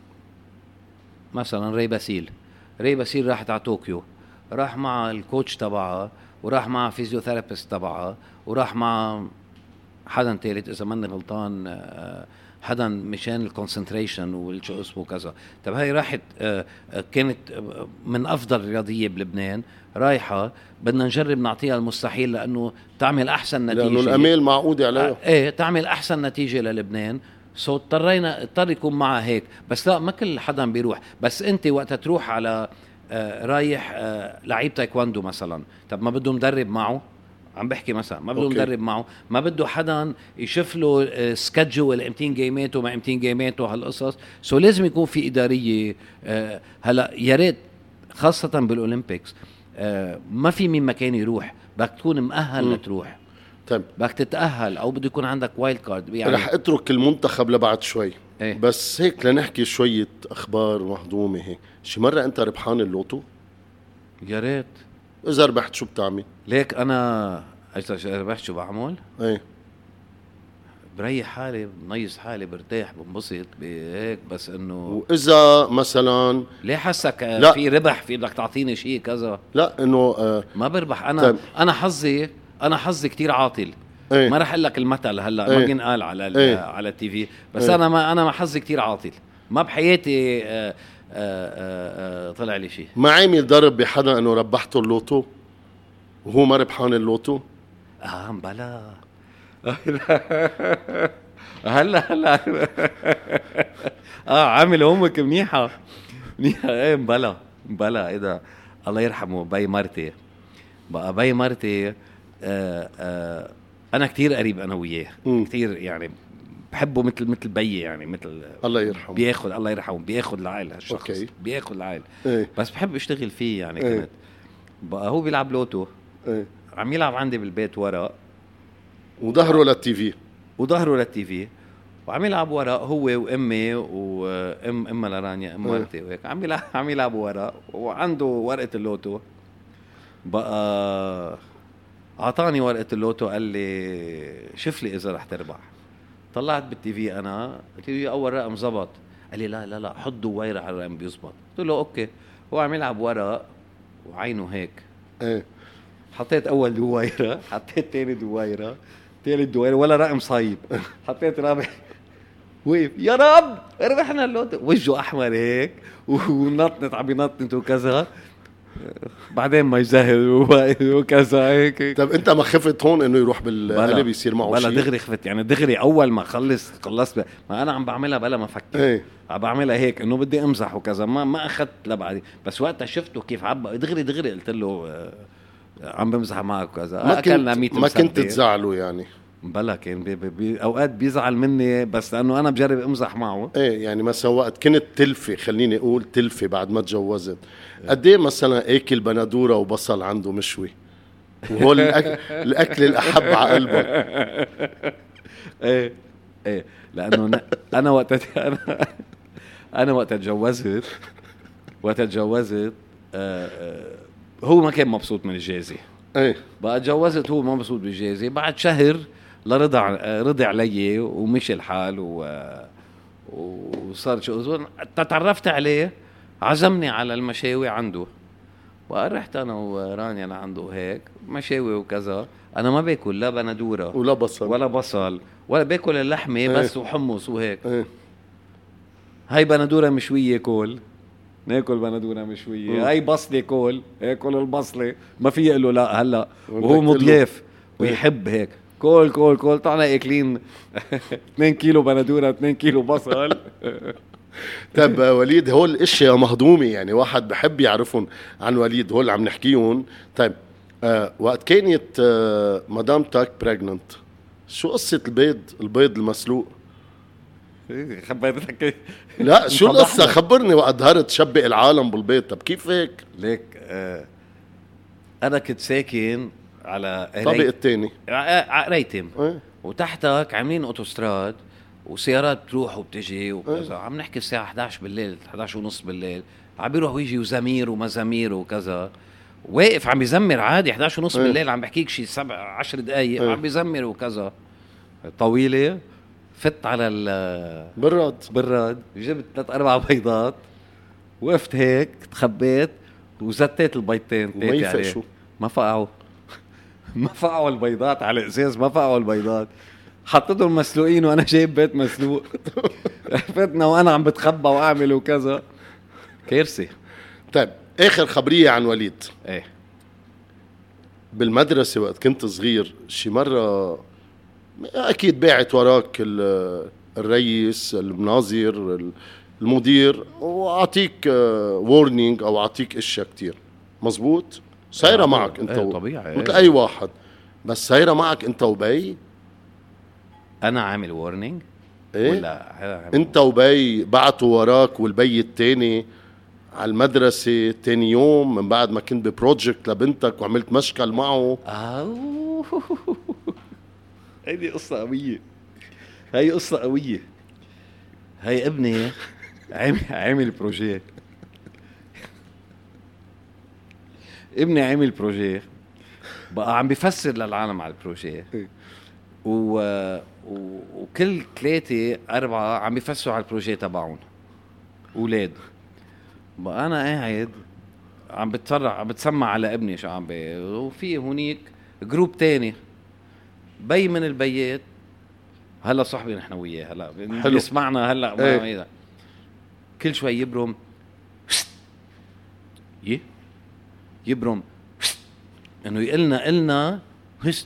مثلا ري باسيل. ري باسيل راحت على طوكيو، راح مع الكوتش تبعها، وراح مع فيزيوثيرابيست تبعها، وراح مع حدا ثالث اذا ماني غلطان، حدا مشان الكونسنتريشن والشو اسمه كذا. طب هاي راحت كانت من افضل الرياضيه بلبنان، رايحه بدنا نجرب نعطيها المستحيل لانه تعمل احسن نتيجه، لانه الامال معقوده عليها. ايه تعمل احسن نتيجه للبنان. سو اضطرينا اضطر يكون معها هيك. بس لا ما كل حدا بيروح. بس انت وقت تروح على آه رايح آه لعيب تايكواندو مثلا، طب ما بده مدرب معه. عم بحكي مثلا ما بده مدرب معه، ما بده حدا يشوف له آه سكادجول امتين جيماته ما امتين جيماته هالقصص. سو لازم يكون في اداريه. آه هلا يا ريت خاصه بالاولمبيكس آه ما في مين مكان يروح، بدك تكون مؤهل م. لتروح. طيب بدك تتأهل أو بده يكون عندك وايلد كارد. يعني رح اترك المنتخب لبعد شوي. إيه؟ بس هيك لنحكي شوية أخبار مهضومة هيك. شي مرة أنت ربحان اللوتو؟ يا ريت. إذا ربحت شو بتعمل؟ ليك أنا إذا ربحت شو بعمل؟ إيه بريح حالي، بنيس حالي، برتاح، بنبسط بهيك. بس إنه وإذا مثلا ليه حسك لا. في ربح في بدك تعطيني شيء كذا؟ لا إنه آه ما بربح أنا. طيب. أنا حظي أنا حظي كتير عاطل. ايه؟ ما رح اقول لك المثل هلا. ايه؟ ما بينقال على ايه؟ على التي في. بس ايه؟ انا ما انا ما حظي كتير عاطل. ما بحياتي آآ آآ آآ طلع لي شيء. ما عامل ضرب بحدا انه ربحته اللوتو وهو ما ربحان اللوتو؟ اه بلا هلا هلا اه عامل امك منيحه منيحه. ايه بلا بلا اذا الله يرحمه بي مرتي. بقى بي مرتي آآ آآ أنا كتير قريب أنا وياه، كتير يعني بحبه مثل مثل بيي، يعني مثل الله يرحمه. بياخد الله يرحمه بياخد العائل هالشخص. أوكي. بياخد العائل. ايه؟ بس بحب اشتغل فيه يعني. ايه؟ كنت بقى هو بيلعب لوتو. ايه؟ عم يلعب عندي بالبيت ورا وظهره للتي في وظهره للتي في وعم يلعب ورا هو وامي وام ام لرانيا ام مرتي وهيك عم يلعب عم يلعب ورا وعنده ورقه اللوتو. بقى اعطاني ورقه اللوتو قال لي شوف لي اذا رح تربح. طلعت بالتي في انا قلت له اول رقم زبط. قال لي لا لا لا حط دويره على الرقم بيزبط. قلت له اوكي. هو عم يلعب ورق وعينه هيك. ايه حطيت اول دويره، حطيت ثاني دويره، ثالث دويره ولا رقم صايب. حطيت رابع وقف يا رب ربحنا اللوتو. وجهه احمر هيك ونطنط عم ينطنط وكذا. بعدين ما يجهل وكذا هيك. طب انت ما خفت هون انه يروح بالقلب يصير معه شيء؟ بلا دغري خفت يعني. دغري اول ما خلص خلصت ما انا عم بعملها بلا ما افكر. ايه؟ عم بعملها هيك انه بدي امزح وكذا. ما ما اخذت لبعدي. بس وقتها شفته كيف عبى دغري دغري قلت له آه عم بمزح معك وكذا. اكلنا ميت ما كنت تزعله يعني؟ بلا كان بي بي بي اوقات بيزعل مني بس لانه انا بجرب امزح معه. ايه يعني مثلا وقت كنت تلفي، خليني اقول تلفي بعد ما تجوزت، قد ايه مثلا اكل بندوره وبصل عنده مشوي وهو الأكل, الاكل الاحب على قلبه؟ ايه ايه لانه انا وقت انا انا وقت تجوزت وقت تجوزت آه آه هو ما كان مبسوط من الجائزة. ايه بقى تجوزت هو ما مبسوط بالجائزة. بعد شهر لرضع رضي علي ومشي الحال و وصار شو تعرفت عليه، عزمني على المشاوي عنده، ورحت انا ورانيا انا عنده هيك مشاوي وكذا. انا ما باكل لا بندوره ولا بصل ولا بصل ولا باكل اللحمه ايه. بس وحمص وهيك ايه. هاي بندوره مشويه كل ناكل بندوره مشويه. مم. هاي بصله كل اكل البصله ما في له لا هلا وهو بدك مضياف له. ويحب هيك كل كل كل طلعنا اكلين اثنين كيلو بندوره اثنين كيلو بصل. طب وليد، هول اشياء مهضومه يعني واحد بحب يعرفهم عن وليد، هول عم نحكيهم. طيب آه وقت كانت آه مدامتك بريجننت، شو قصه البيض البيض المسلوق؟ خبرتك لا شو القصه، خبرني. وقت ظهرت تشبق العالم بالبيض، طب كيف هيك؟ ليك آه انا كنت ساكن على الطابق الثاني ريتم ايه. وتحتك عاملين اوتوستراد وسيارات بتروح وبتجي وكذا. ايه. عم نحكي الساعه إحدى عشر بالليل إحدى عشر ونص بالليل، عم بيروح ويجي وزمير ومزامير وكذا، واقف عم بيزمر عادي إحدى عشر ونص ايه. بالليل، عم بحكيك شي سبع عشر دقايق ايه. عم بيزمر وكذا طويله. فت على ال براد براد، جبت ثلاث اربع بيضات، وقفت هيك تخبيت وزتيت البيضتين ما تيتي عليه. يفقشوا ما فقعوا ما فقعوا البيضات على الازاز، ما فقعوا البيضات. حطيتهم مسلوقين وانا جايب بيت مسلوق. فتنا وانا عم بتخبى واعمل وكذا، كارثه. طيب اخر خبريه عن وليد. ايه بالمدرسه وقت كنت صغير شي مره اكيد باعت وراك ال- الرئيس المناظر المدير واعطيك وورنينج او اعطيك اشياء كتير، مزبوط؟ سايره آه، معك انت ايه و... طبيعي مثل ايه. اي واحد، بس سايره معك انت وبي؟ انا عامل وورنينج ايه؟ ولا عامل انت وبي بعتوا وراك والبي التاني على المدرسة تاني يوم من بعد ما كنت ببروجكت لبنتك وعملت مشكل معه؟ اوه هيدي قصة قوية، هي قصة قوية. هي ابني عامل عامل بروجيه، ابني عامل بروجيه بقى عم بيفسر للعالم على البروجيه، و... و... وكل ثلاثة أربعة عم بيفسروا على البروجيه تبعهم أولاد. بقى أنا قاعد عم بتفرع عم بتسمع على ابني شو عم بي، وفي هونيك جروب تاني بي من البيات هلا صاحبي نحن وياه هلا بيسمعنا هلا ما ايه. كل شوي يبرم يه يبرم انه يقلنا قلنا هست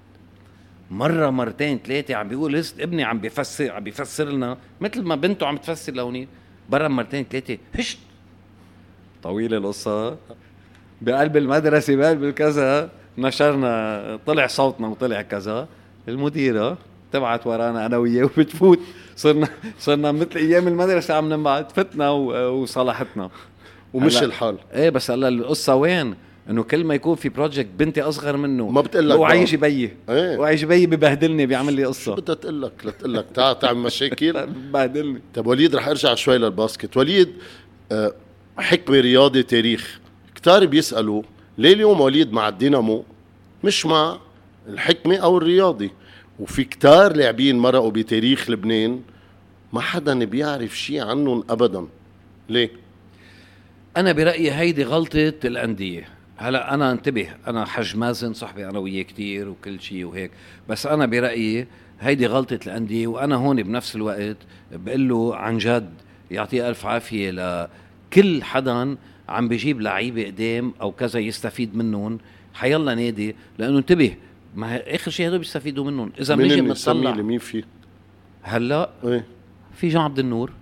مره مرتين ثلاثه عم بيقول هست ابني عم بيفسر عم بيفسر لنا مثل ما بنته عم تفسر لوني برا مرتين ثلاثه هشت. طويله القصه. بقلب المدرسه بقلب الكذا نشرنا طلع صوتنا وطلع كذا. المديره تبعت ورانا انا وياه وبتفوت صرنا صرنا مثل ايام المدرسه عم نبعت فتنا وصالحتنا ومش الحال. ايه بس هلا القصه وين انه كل ما يكون في بروجكت بنتي اصغر منه ما بتقول لك وعايش بيي ايه. وعايش بيي ببهدلني بيعمل لي قصه. شو بدها تقول لك لتقول لك تعال تعمل مشاكل ببهدلني. طب وليد رح ارجع شوي للباسكت. وليد آه حكمه رياضي تاريخ كتار بيسالوا ليه اليوم وليد مع الدينامو مش مع الحكمه او الرياضي، وفي كتار لاعبين مرقوا بتاريخ لبنان ما حدا بيعرف شيء عنهم ابدا. ليه؟ انا برايي هيدي غلطه الانديه. هلا انا انتبه انا حج مازن صاحبي انا وياه كتير وكل شيء وهيك، بس انا برايي هيدي غلطه الانديه. وانا هون بنفس الوقت بقول له عن جد يعطيه الف عافيه لكل حدا عم بيجيب لعيبه قدام او كذا يستفيد منهم حيلا نادي، لانه انتبه ما اخر شيء هدول بيستفيدوا منهم. اذا بنيجي بنطلع مين فيه هلا ايه؟ في جان عبد النور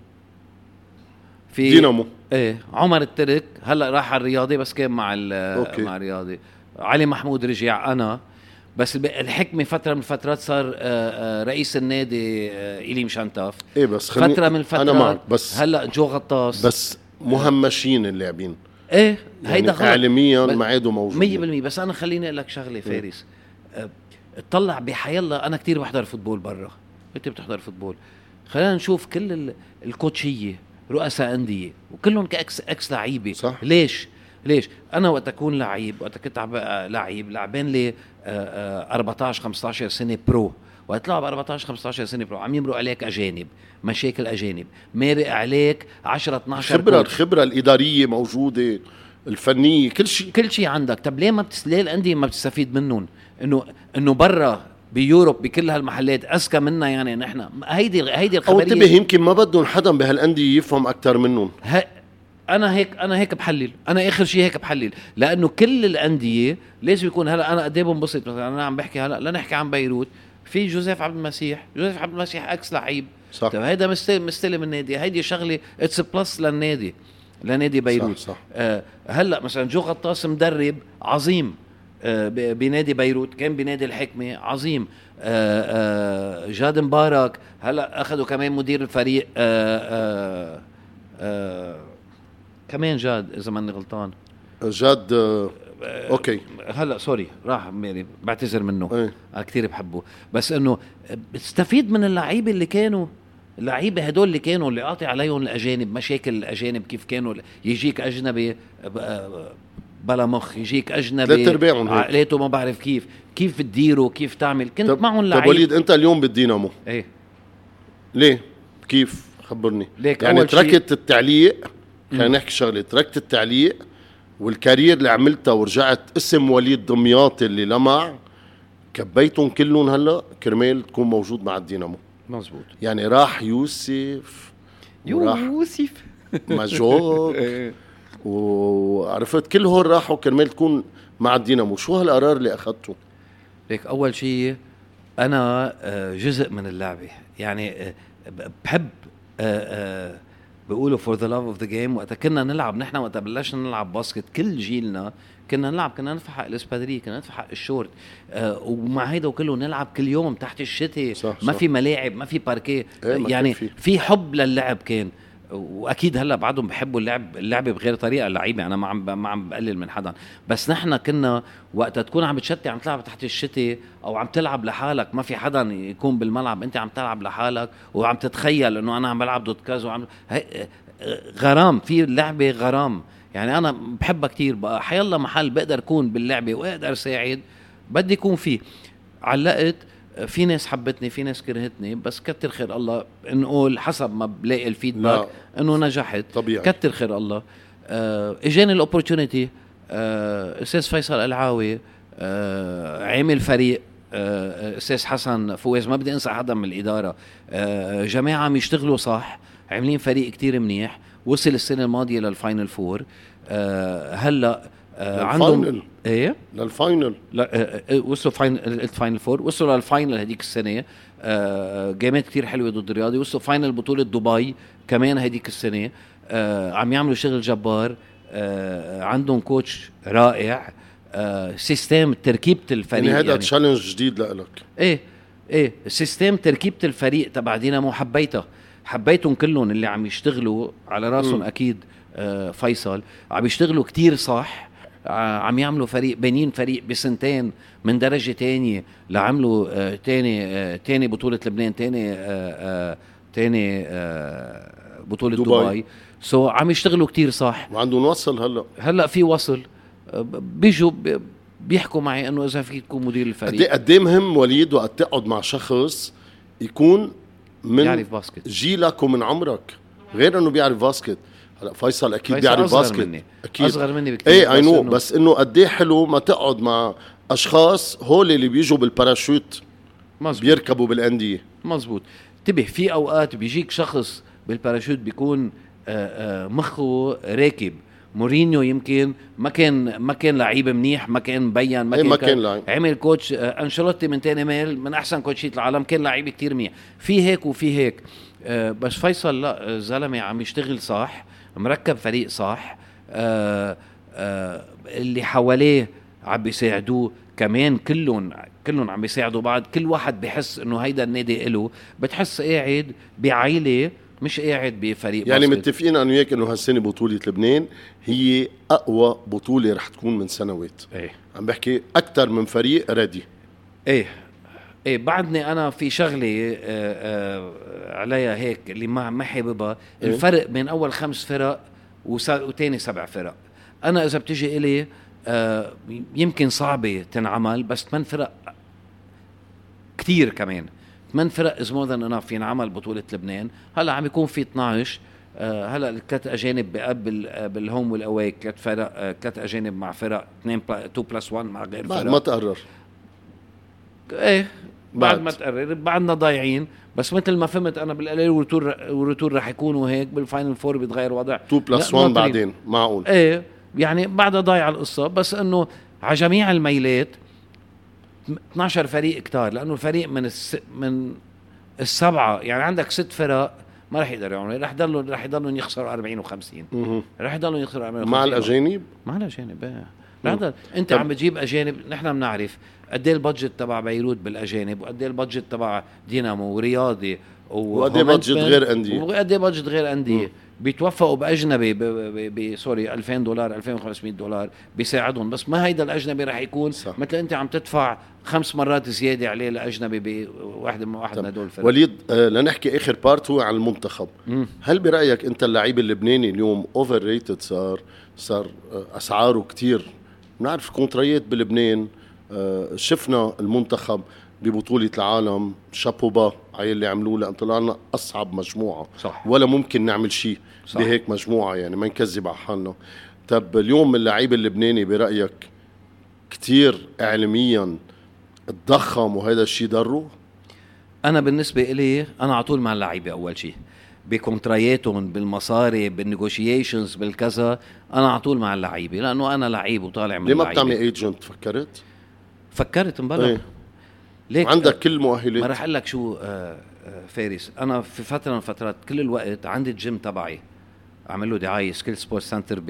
في دينامو ايه عمر الترك هلا راح على الرياضي بس كان مع مع الرياضي. علي محمود رجع. انا بس الحكمه فتره من الفترات صار رئيس النادي إيلي مشنتف. ايه بس فتره من الفترات انا معك بس هلا جو غطاس بس مهمشين اللاعبين ايه يعني هيدا غلط اعلاميا ما عادوا موجودين مية بالمية. بس انا خليني اقول لك شغله فارس أه اطلع بحيالله. انا كتير بحضر فوتبول برا، انت بتحضر فوتبول، خلينا نشوف كل الكوتشيه رؤساء انديه وكلهم كاكس اكس لعيبه. صح. ليش ليش انا وقت اكون لعيب، وقت كنت لعيب لعبان لي أربعتاشر خمستاشر سنه برو، وقت لعب أربعتاشر خمستاشر سنه برو عم يمرق عليك اجانب، مشاكل اجانب، مارق عليك عشرة اثناشر خبره الخبره الاداريه موجوده، الفنيه، كل شيء كل شيء عندك. طب ليه ما بتس... ليه الانديه ما بتستفيد منهم؟ انه انه برا بيوروب بكل هالمحلات اذكى منا يعني نحن. هيدي هيدي الخبريه. او انتبه يمكن ما بدهم حدا بهالانديه يفهم اكثر منهم. ه... انا هيك انا هيك بحلل، انا اخر شيء هيك بحلل، لانه كل الانديه لازم يكون. هلا انا قد ايه بنبسط مثلا، انا عم بحكي هلا لنحكي عن بيروت، في جوزيف عبد المسيح، جوزيف عبد المسيح اكس لعيب، صح. طيب هيدا مستلم مستلم النادي، هيدي شغله اتس بلس للنادي، لنادي بيروت. صح صح. آه هلا مثلا جو غطاس مدرب عظيم آه بنادي بيروت، كان بنادي الحكمه عظيم. آه آه جاد مبارك هلا اخذوا كمان مدير الفريق، آه آه آه كمان جاد اذا ماني غلطان، جاد آه اوكي هلا سوري راح ميري، بعتذر منه. ايه. انا كثير بحبه، بس انه بتستفيد من اللعيبه اللي كانوا اللعيبه هدول اللي كانوا اللي قاطع عليهم الاجانب، مشاكل الاجانب كيف كانوا. يجيك اجنبي بلا مخ، يجيك اجنبي عقليته ما بعرف كيف كيف تديره كيف تعمل. كنت معهم لعيب. طب وليد انت اليوم بالدينامو ايه ليه كيف خبرني؟ يعني تركت التعليق، خلينا نحكي شغله، تركت التعليق والكارير اللي عملتها ورجعت اسم وليد دمياطي اللي لمع كبيتهم كلهم هلا كرمال تكون موجود مع الدينامو. مزبوط. يعني راح يوسف يوسف ماجوك وعرفت كل هول راحوا كرمال تكون مع الدينامو. شو هالقرار اللي اخذته؟ ليك اول شيء انا جزء من اللعبه، يعني بحب بيقولوا for the love of the game. وقت كنا نلعب نحن، وقت بلشنا نلعب باسكت كل جيلنا كنا نلعب، كنا ندفع حق الاسبادري، كنا ندفع حق الشورت، آه ومع هيدا وكله نلعب كل يوم تحت الشتاء، ما في ملاعب، ما في باركيه، ايه يعني في. في حب للعب كان. واكيد هلا بعدهم بحبوا اللعب اللعبه بغير طريقه اللعيبه، انا ما عم ما عم بقلل من حدا، بس نحن كنا وقت تكون عم بتشتي عم تلعب تحت الشتاء او عم تلعب لحالك، ما في حدا يكون بالملعب، انت عم تلعب لحالك وعم تتخيل انه انا عم بلعب ضد كذا، وعم غرام في اللعبه غرام. يعني انا بحبها كتير بقى، حيالله محل بقدر اكون باللعبه واقدر ساعد بدي يكون فيه. علقت، في ناس حبتني في ناس كرهتني، بس كتر خير الله، نقول حسب ما بلاقي الفيدباك انه نجحت طبيعي. كتر خير الله. آه اجاني الاوبورتونيتي، آه استاذ فيصل العاوي آه عامل فريق، آه استاذ حسن فوز، ما بدي انسى حدا من الاداره، آه جماعه عم يشتغلوا صح، عاملين فريق كتير منيح، وصل السنه الماضيه للفاينل فور. آه هلا آه عندهم ايه للفاينل، لا آه وصلوا فاينل الفاينل فور، وصلوا للفاينل هديك السنه، آه جيمات كتير حلوه ضد الرياضي، وصلوا فاينل بطوله دبي كمان هديك السنه. آه عم يعملوا شغل جبار، آه عندهم كوتش رائع، آه سيستم تركيبه الفريق، يعني هذا يعني تشالنج جديد لك. ايه ايه سيستم تركيبه الفريق تبع دينامو حبيتها، حبيتهم كلهم اللي عم يشتغلوا على راسهم. اكيد آه فيصل عم يشتغلوا كتير صح، عم يعملوا فريق، بنين فريق بسنتين من درجة تانية لعملوا آه تاني آه تاني بطولة لبنان، تاني آه آه تاني آه بطولة دبي, دبي. سو so عم يشتغلوا كتير صح، وعندهم وصل هلا هلا في وصل. آه بيجوا بيحكوا معي انه اذا فيك تكون مدير الفريق. قد ايه مهم وليد وقت تقعد مع شخص يكون من يعرف باسكت جيلك ومن عمرك، غير انه بيعرف باسكت. هلا فيصل اكيد فيصل بيعرف أصغر باسكت مني. اكيد اصغر مني بكثير، ايه اي نو، بس انه قد ايه حلو ما تقعد مع اشخاص هول اللي بيجوا بالباراشوت مزبوط. بيركبوا بالانديه. مزبوط. انتبه في اوقات بيجيك شخص بالباراشوت بيكون آآ آآ مخه راكب. مورينيو يمكن ما كان ما كان لعيب منيح، ما كان مبين، ما كان, كان, ما كان لعيب. عمل كوتش انشيلوتي من تاني ميل من احسن كوتشيت العالم، كان لعيب كتير منيح، في هيك وفي هيك. بس فيصل لا، زلمه عم يشتغل صح، مركب فريق صح، آآ آآ اللي حواليه عم بيساعدوه كمان، كلهم كلهم عم بيساعدوا بعض، كل واحد بحس انه هيدا النادي له، بتحس قاعد بعائله مش قاعد بفريق يعني باسكت. متفقين انا وياك انه هالسنه بطوله لبنان هي اقوى بطوله رح تكون من سنوات. ايه عم بحكي اكثر من فريق ردي. ايه ايه بعدني انا في شغله آه آه عليها هيك اللي ما ما حاببها، إيه؟ الفرق بين اول خمس فرق وتاني سبع فرق. انا اذا بتجي الي آه يمكن صعبه تنعمل، بس ثمان فرق كتير كمان. ثمان فرق از مور ذان انف ينعمل بطوله لبنان. هلا عم يكون في اثناشر. آه هلا الثلاث اجانب بقبل بالهوم والاواي، ثلاث فرق، آه ثلاث اجانب مع فرق، اثنين اتنين بلس واحد مع غير فرق. ما تقرر ايه بعد, بعد ما تقرر. بعدنا ضايعين، بس مثل ما فهمت انا بالقليل والرتور رح يكونوا هيك. بالفاينل فور بيتغير وضع اتنين بلس واحد بعدين معقول. ايه يعني بعدها ضايعه القصه، بس انه على جميع الميلات اثناشر فريق كتار، لانه الفريق من الس... من السبعه يعني عندك ست فرق ما رح يقدروا يعملوا، رح يضلوا رح يضلوا يخسروا أربعين وخمسين، رح يضلوا يخسروا أربعين وخمسين مع الاجانب. مع الاجانب ايه. رح انت عم بتجيب اجانب. نحن بنعرف قد ايه البادجت تبع بيروت بالاجانب، وقد ايه البادجت تبع دينامو ورياضي، وقد ايه بادجت غير انديه، وقد ايه بادجت غير انديه. بيتوفقوا باجنبي بسوري ألفين دولار ألفين وخمسمية دولار بيساعدهم، بس ما هيدا الاجنبي رح يكون صح. مثل انت عم تدفع خمس مرات زياده عليه الاجنبي بواحد من واحد من هدول الفرق. وليد آه لنحكي اخر بارت هو عن المنتخب. م. هل برايك انت اللاعب اللبناني اليوم اوفر ريتد؟ صار صار آه اسعاره كتير. بنعرف كونتريات بلبنان. آه شفنا المنتخب ببطولة العالم شابوبا على اللي عملوه، لأن طلعنا أصعب مجموعة صح. ولا ممكن نعمل شيء بهيك مجموعة، يعني ما نكذب على حالنا. طب اليوم اللاعب اللبناني برأيك كتير إعلاميا اتضخم وهذا الشيء ضره؟ أنا بالنسبة إلي أنا على طول مع اللاعبين أول شيء بكونتراياتهم بالمصاري بالنيغوشيشنز بالكذا. أنا على طول مع اللاعبين لأنه أنا لعيب وطالع من ليه ما بتعمل ايجنت؟ فكرت؟ فكرت مبلغ ايه. ليك عندك كل مؤهلات. ما رح اقول لك شو آه آه فارس. انا في فتره من فترات كل الوقت عندي الجيم تبعي اعمل له دعايه، سكيل سبورت سنتر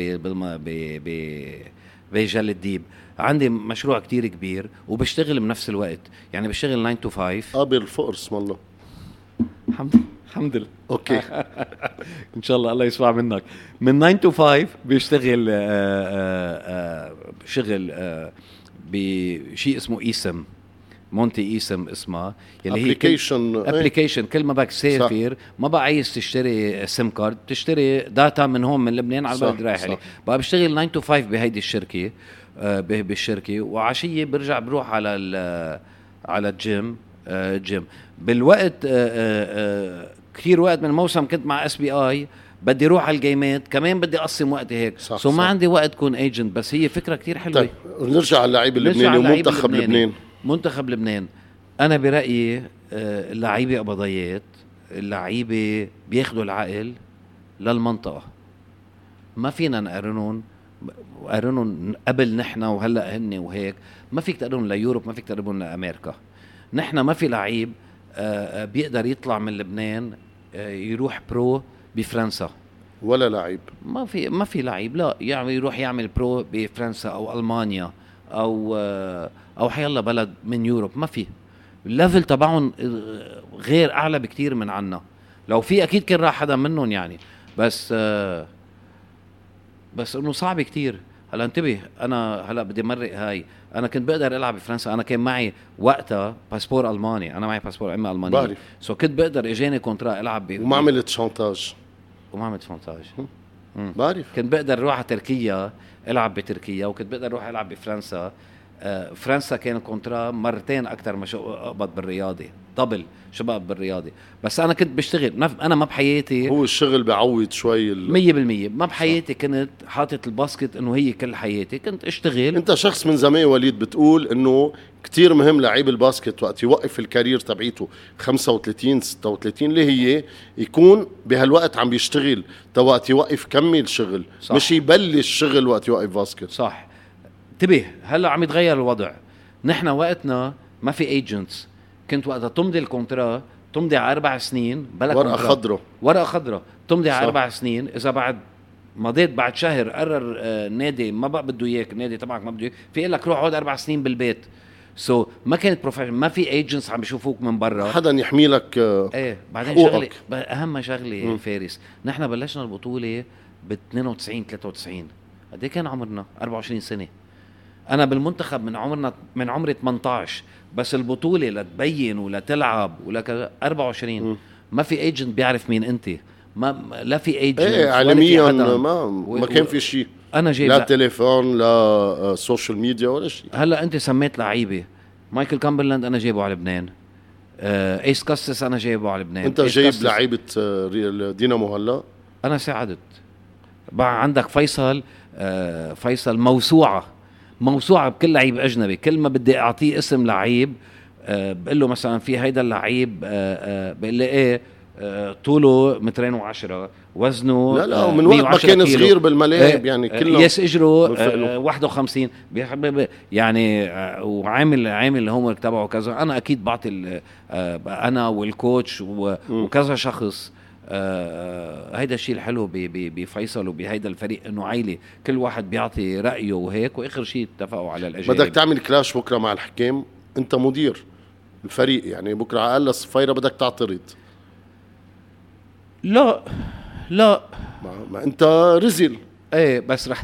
ب بجل الديب. عندي مشروع كتير كبير وبشتغل بنفس الوقت، يعني بشتغل ناين تو فايف. قابل الفقر اسم الله. الحمد الحمد لله. اوكي. ان شاء الله الله يسمع منك. من ناين تو فايف بشتغل آه آه شغل آه بشيء اسمه ايسم، مونتي ايسم اسمها، يلي هي ابلكيشن ابلكيشن. كل ما بدك تسافر ما بقى عايز تشتري سيم كارد، تشتري داتا من هون من لبنان على البلد رايح عليه. بقى بشتغل ناين تو فايف بهيدي الشركه آه بالشركه، وعشيه برجع بروح على على الجيم آه جيم بالوقت. آه آه كثير وقت من الموسم كنت مع اس بي اي بدي روح على الجيمات، كمان بدي اقسم وقتي هيك، سو ما عندي وقت كون ايجنت. بس هي فكره كتير حلوه. طيب نرجع على اللاعب اللبناني ومنتخب لبنان. منتخب لبنان انا برايي اللعيبه قبضيات، اللعيبه بياخدوا العقل للمنطقه. ما فينا نقارنهم قارنهم قبل نحن وهلا هن وهيك. ما فيك تقارنهم ليوروب، ما فيك تقارنهم لامريكا. نحن ما في لعيب بيقدر يطلع من لبنان يروح برو بفرنسا ولا لعيب. ما في ما في لعيب لا يعني يروح يعمل برو بفرنسا او المانيا او او حيلا بلد من يوروب. ما في الليفل تبعهم غير اعلى بكتير من عنا. لو في اكيد كان راح حدا منهم يعني، بس بس انه صعب كتير. هلا انتبه، انا هلا بدي مرق هاي. انا كنت بقدر العب بفرنسا، انا كان معي وقتها باسبور الماني، انا معي باسبور امي المانيه، سو كنت بقدر اجاني كونترا العب ب وما عملت شانتاج وما عملت شانتاج. بعرف كنت بقدر اروح على تركيا العب بتركيا، وكنت بقدر اروح العب بفرنسا. آه فرنسا كان كونترا مرتين اكثر ما شو اقبض بالرياضي، دبل شو بقبض بالرياضي. بس انا كنت بشتغل، انا ما بحياتي هو الشغل بعوض شوي مية بالمية. ما بحياتي كنت حاطط الباسكت انه هي كل حياتي، كنت اشتغل. انت شخص من زمان وليد بتقول انه كتير مهم لعيب الباسكت وقت يوقف الكارير تبعيته خمسة وثلاثين ستة وثلاثين اللي هي يكون بهالوقت عم بيشتغل، تا وقت يوقف كمل شغل، صح. مش يبلش شغل وقت يوقف باسكت. صح. انتبه هلا عم يتغير الوضع. نحن وقتنا ما في ايجنتس. كنت وقتها تمضي الكونترا تمضي على اربع سنين بلا ورقه خضراء ورقه خضراء تمضي على اربع سنين. اذا بعد مضيت بعد شهر قرر آه نادي ما بقى بده اياك، النادي تبعك ما بده اياك، في لك روح اقعد اربع سنين بالبيت. سو so, ما كانت بروفيشنال، ما في ايجنتس عم بيشوفوك من برا، حدا يحمي لك آه ايه. بعدين شغله اهم شغله م. فارس، نحن بلشنا البطوله ب اثنين وتسعين ثلاثة وتسعين. قد ايه كان عمرنا؟ أربعة وعشرين سنة. انا بالمنتخب من عمرنا من عمري ثمانية عشر، بس البطوله لتبين ولا تلعب ولا كذا أربعة وعشرين. م. ما في ايجنت بيعرف مين انت، ما لا في ايجنت ايه اعلاميا ما ما كان في شيء. انا جايب لا لا تليفون لا سوشيال ميديا ولا شيء. هلا انت سميت لعيبه، مايكل كامبرلاند انا جايبه على لبنان، آه ايس كاستس انا جايبه على لبنان. انت جايب لعيبه آه دينامو هلا؟ انا ساعدت بقى. عندك فيصل، آه فيصل موسوعه موسوعه بكل لعيب اجنبي، كل ما بدي اعطيه اسم لعيب أه بقول له مثلا في هيدا اللعيب، أه أه بقول لي ايه، أه طوله مترين وعشرة، وزنه لا لا أه من وقت ما كان كيلو. صغير بالملاعب أه يعني أه كله يس اجره أه واحد وخمسين بيحب يعني، أه وعامل عامل الهومورك تبعه كذا. انا اكيد بعطي أه انا والكوتش وكذا شخص. آه هيدا الشيء الحلو بفيصل وبهيدا الفريق، انه عائلي كل واحد بيعطي رايه وهيك، واخر شيء اتفقوا على الاجانب. بدك تعمل كلاش بكره مع الحكام، انت مدير الفريق يعني، بكره على الاقل الصفيره بدك تعترض. لا لا ما, ما انت رزل. ايه بس رح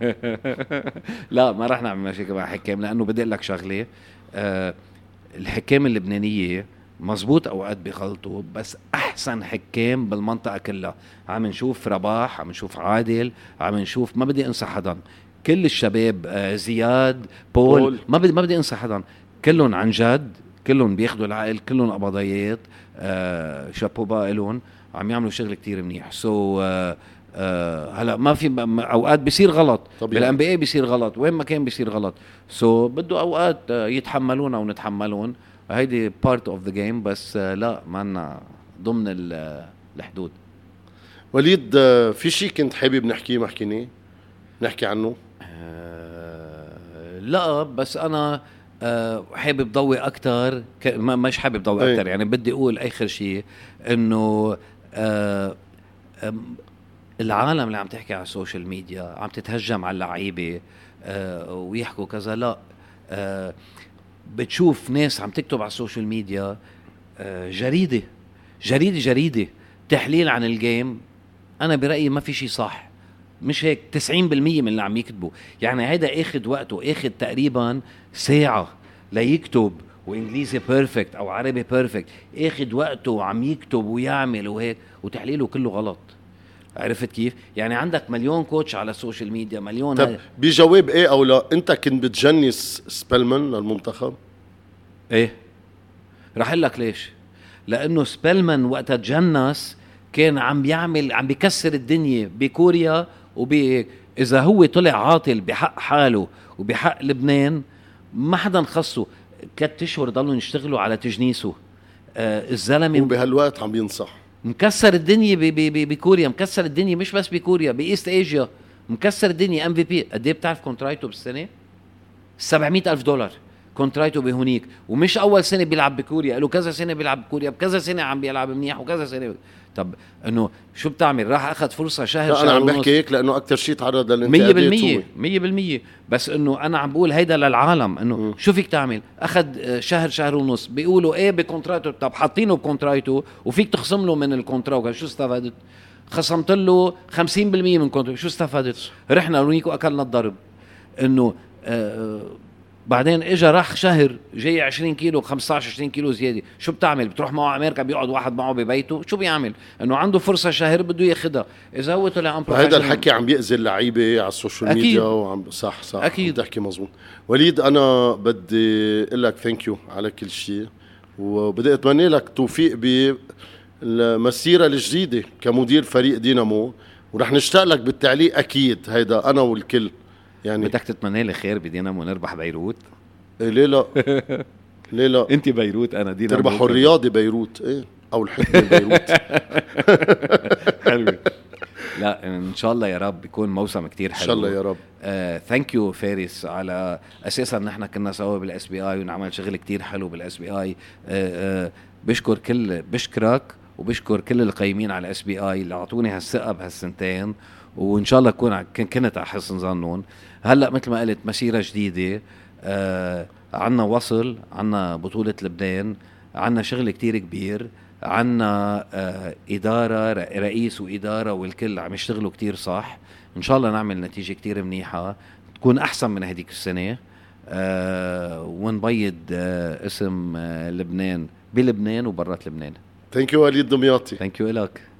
لا ما رح نعمل مشاكل مع الحكام، لانه بدي اقول لك شغله، آه الحكام اللبنانيه مزبوط اوقات بيغلطوا، بس احسن حكام بالمنطقه كلها. عم نشوف رباح، عم نشوف عادل، عم نشوف، ما بدي انسى حدا، كل الشباب، آه زياد، بول, بول. ما بدي ما بدي انسى حدا، كلهم عن جد، كلهم بياخدوا العقل، كلهم قبضيات، آه شابوبا لهم، عم يعملوا شغل كتير منيح. سو so, آه آه هلا ما في اوقات بيصير غلط بالان بي اي، بيصير غلط وين ما كان بيصير غلط. سو so, بده اوقات آه يتحملون او نتحملون، هيدي بارت اوف ذا جيم، بس آه لا معنا ضمن الحدود. وليد آه في شيء كنت حابب نحكيه ما حكيناه نحكي عنه؟ آه لا بس انا أه حابب ضوي اكتر، ك... ما مش حابب ضوي اكتر يعني، بدي اقول اخر شيء انه أه العالم اللي عم تحكي على السوشيال ميديا عم تتهجم على اللعيبه أه ويحكوا كذا، لا أه بتشوف ناس عم تكتب على السوشيال ميديا أه جريده جريده جريده تحليل عن الجيم. انا برايي ما في شيء صح، مش هيك تسعين بالمية من اللي عم يكتبوا يعني. هيدا اخد وقته، اخد تقريبا ساعة ليكتب، وانجليزي بيرفكت او عربي بيرفكت، اخد وقته وعم يكتب ويعمل وهيك، وتحليله كله غلط. عرفت كيف؟ يعني عندك مليون كوتش على السوشيال ميديا، مليون. طب بجواب ايه او لا، انت كنت بتجنس سبيلمان للمنتخب؟ ايه رح اقول لك ليش. لانه سبيلمان وقتها تجنس كان عم يعمل، عم بيكسر الدنيا بكوريا، وبي اذا هو طلع عاطل بحق حاله وبحق لبنان ما حدا خصه. ثلاث اشهر ضلوا يشتغلوا على تجنيسه. آه الزلمه وبهالوقت عم بينصح، مكسر الدنيا بكوريا، مكسر الدنيا مش بس بكوريا، بايست ايجيا مكسر الدنيا. ام في بي قد ايه بتعرف كونترايته بالسنه؟ سبعمية ألف دولار كونترايته بهونيك، ومش اول سنه بيلعب بكوريا، له كذا سنه بيلعب بكوريا، بكذا سنه عم بيلعب منيح وكذا سنه. طب انه شو بتعمل؟ راح اخذ فرصه شهر شهر انا عم بحكي هيك لانه اكثر شيء تعرض للانتقادات. مية بالمية مية بالمية بس انه انا عم بقول هيدا للعالم، انه شو فيك تعمل؟ اخذ شهر شهر ونص، بيقولوا ايه بكونتراته، طب حاطينه بكونتراته وفيك تخصم له من الكونترا، شو استفادت؟ خصمت له خمسين بالمية من كونترا، شو استفادت؟ رحنا ونيكو اكلنا الضرب. انه آه بعدين اجا راح شهر جاي عشرين كيلو خمسة عشر عشرين كيلو زياده، شو بتعمل؟ بتروح معه امريكا بيقعد واحد معه ببيته، شو بيعمل؟ انه عنده فرصه شهر بده ياخدها. اذا هو طلع ام هذا الحكي عم بيأذي اللعيبه على السوشيال ميديا وعم صح صح اكيد بتحكي مزبوط. وليد انا بدي اقول لك ثانك يو على كل شيء، وبدي اتمنى لك توفيق بالمسيره الجديده كمدير فريق دينامو، ورح نشتاق لك بالتعليق اكيد، هيدا انا والكل يعني. بدك تتمنى لي خير بدينامو نربح بيروت؟ إيه ليه لا ليه لا انت بيروت انا دينامو، تربحوا الرياضي بيروت ايه او الحكمه بيروت. حلو. لا ان شاء الله يا رب يكون موسم كتير حلو ان شاء الله يا رب. ثانك يو فارس، على اساسا نحن كنا سوا بالاس بي اي ونعمل شغل كتير حلو بالاس بي اي. بشكر كل بشكرك وبشكر كل القيمين على الاس بي اي اللي اعطوني هالثقه بهالسنتين، وان شاء الله كون كنت على حسن ظنهم. هلا مثل ما قلت مسيره جديده، آه عنا وصل، عنا بطوله لبنان، عنا شغل كتير كبير، عنا آه اداره رئيس واداره والكل عم يشتغلوا كتير صح. ان شاء الله نعمل نتيجه كتير منيحه تكون احسن من هديك السنه، آه ونبيض آه اسم آه لبنان بلبنان وبرات لبنان. ثانك يو وليد دمياطي. ثانك يو لك.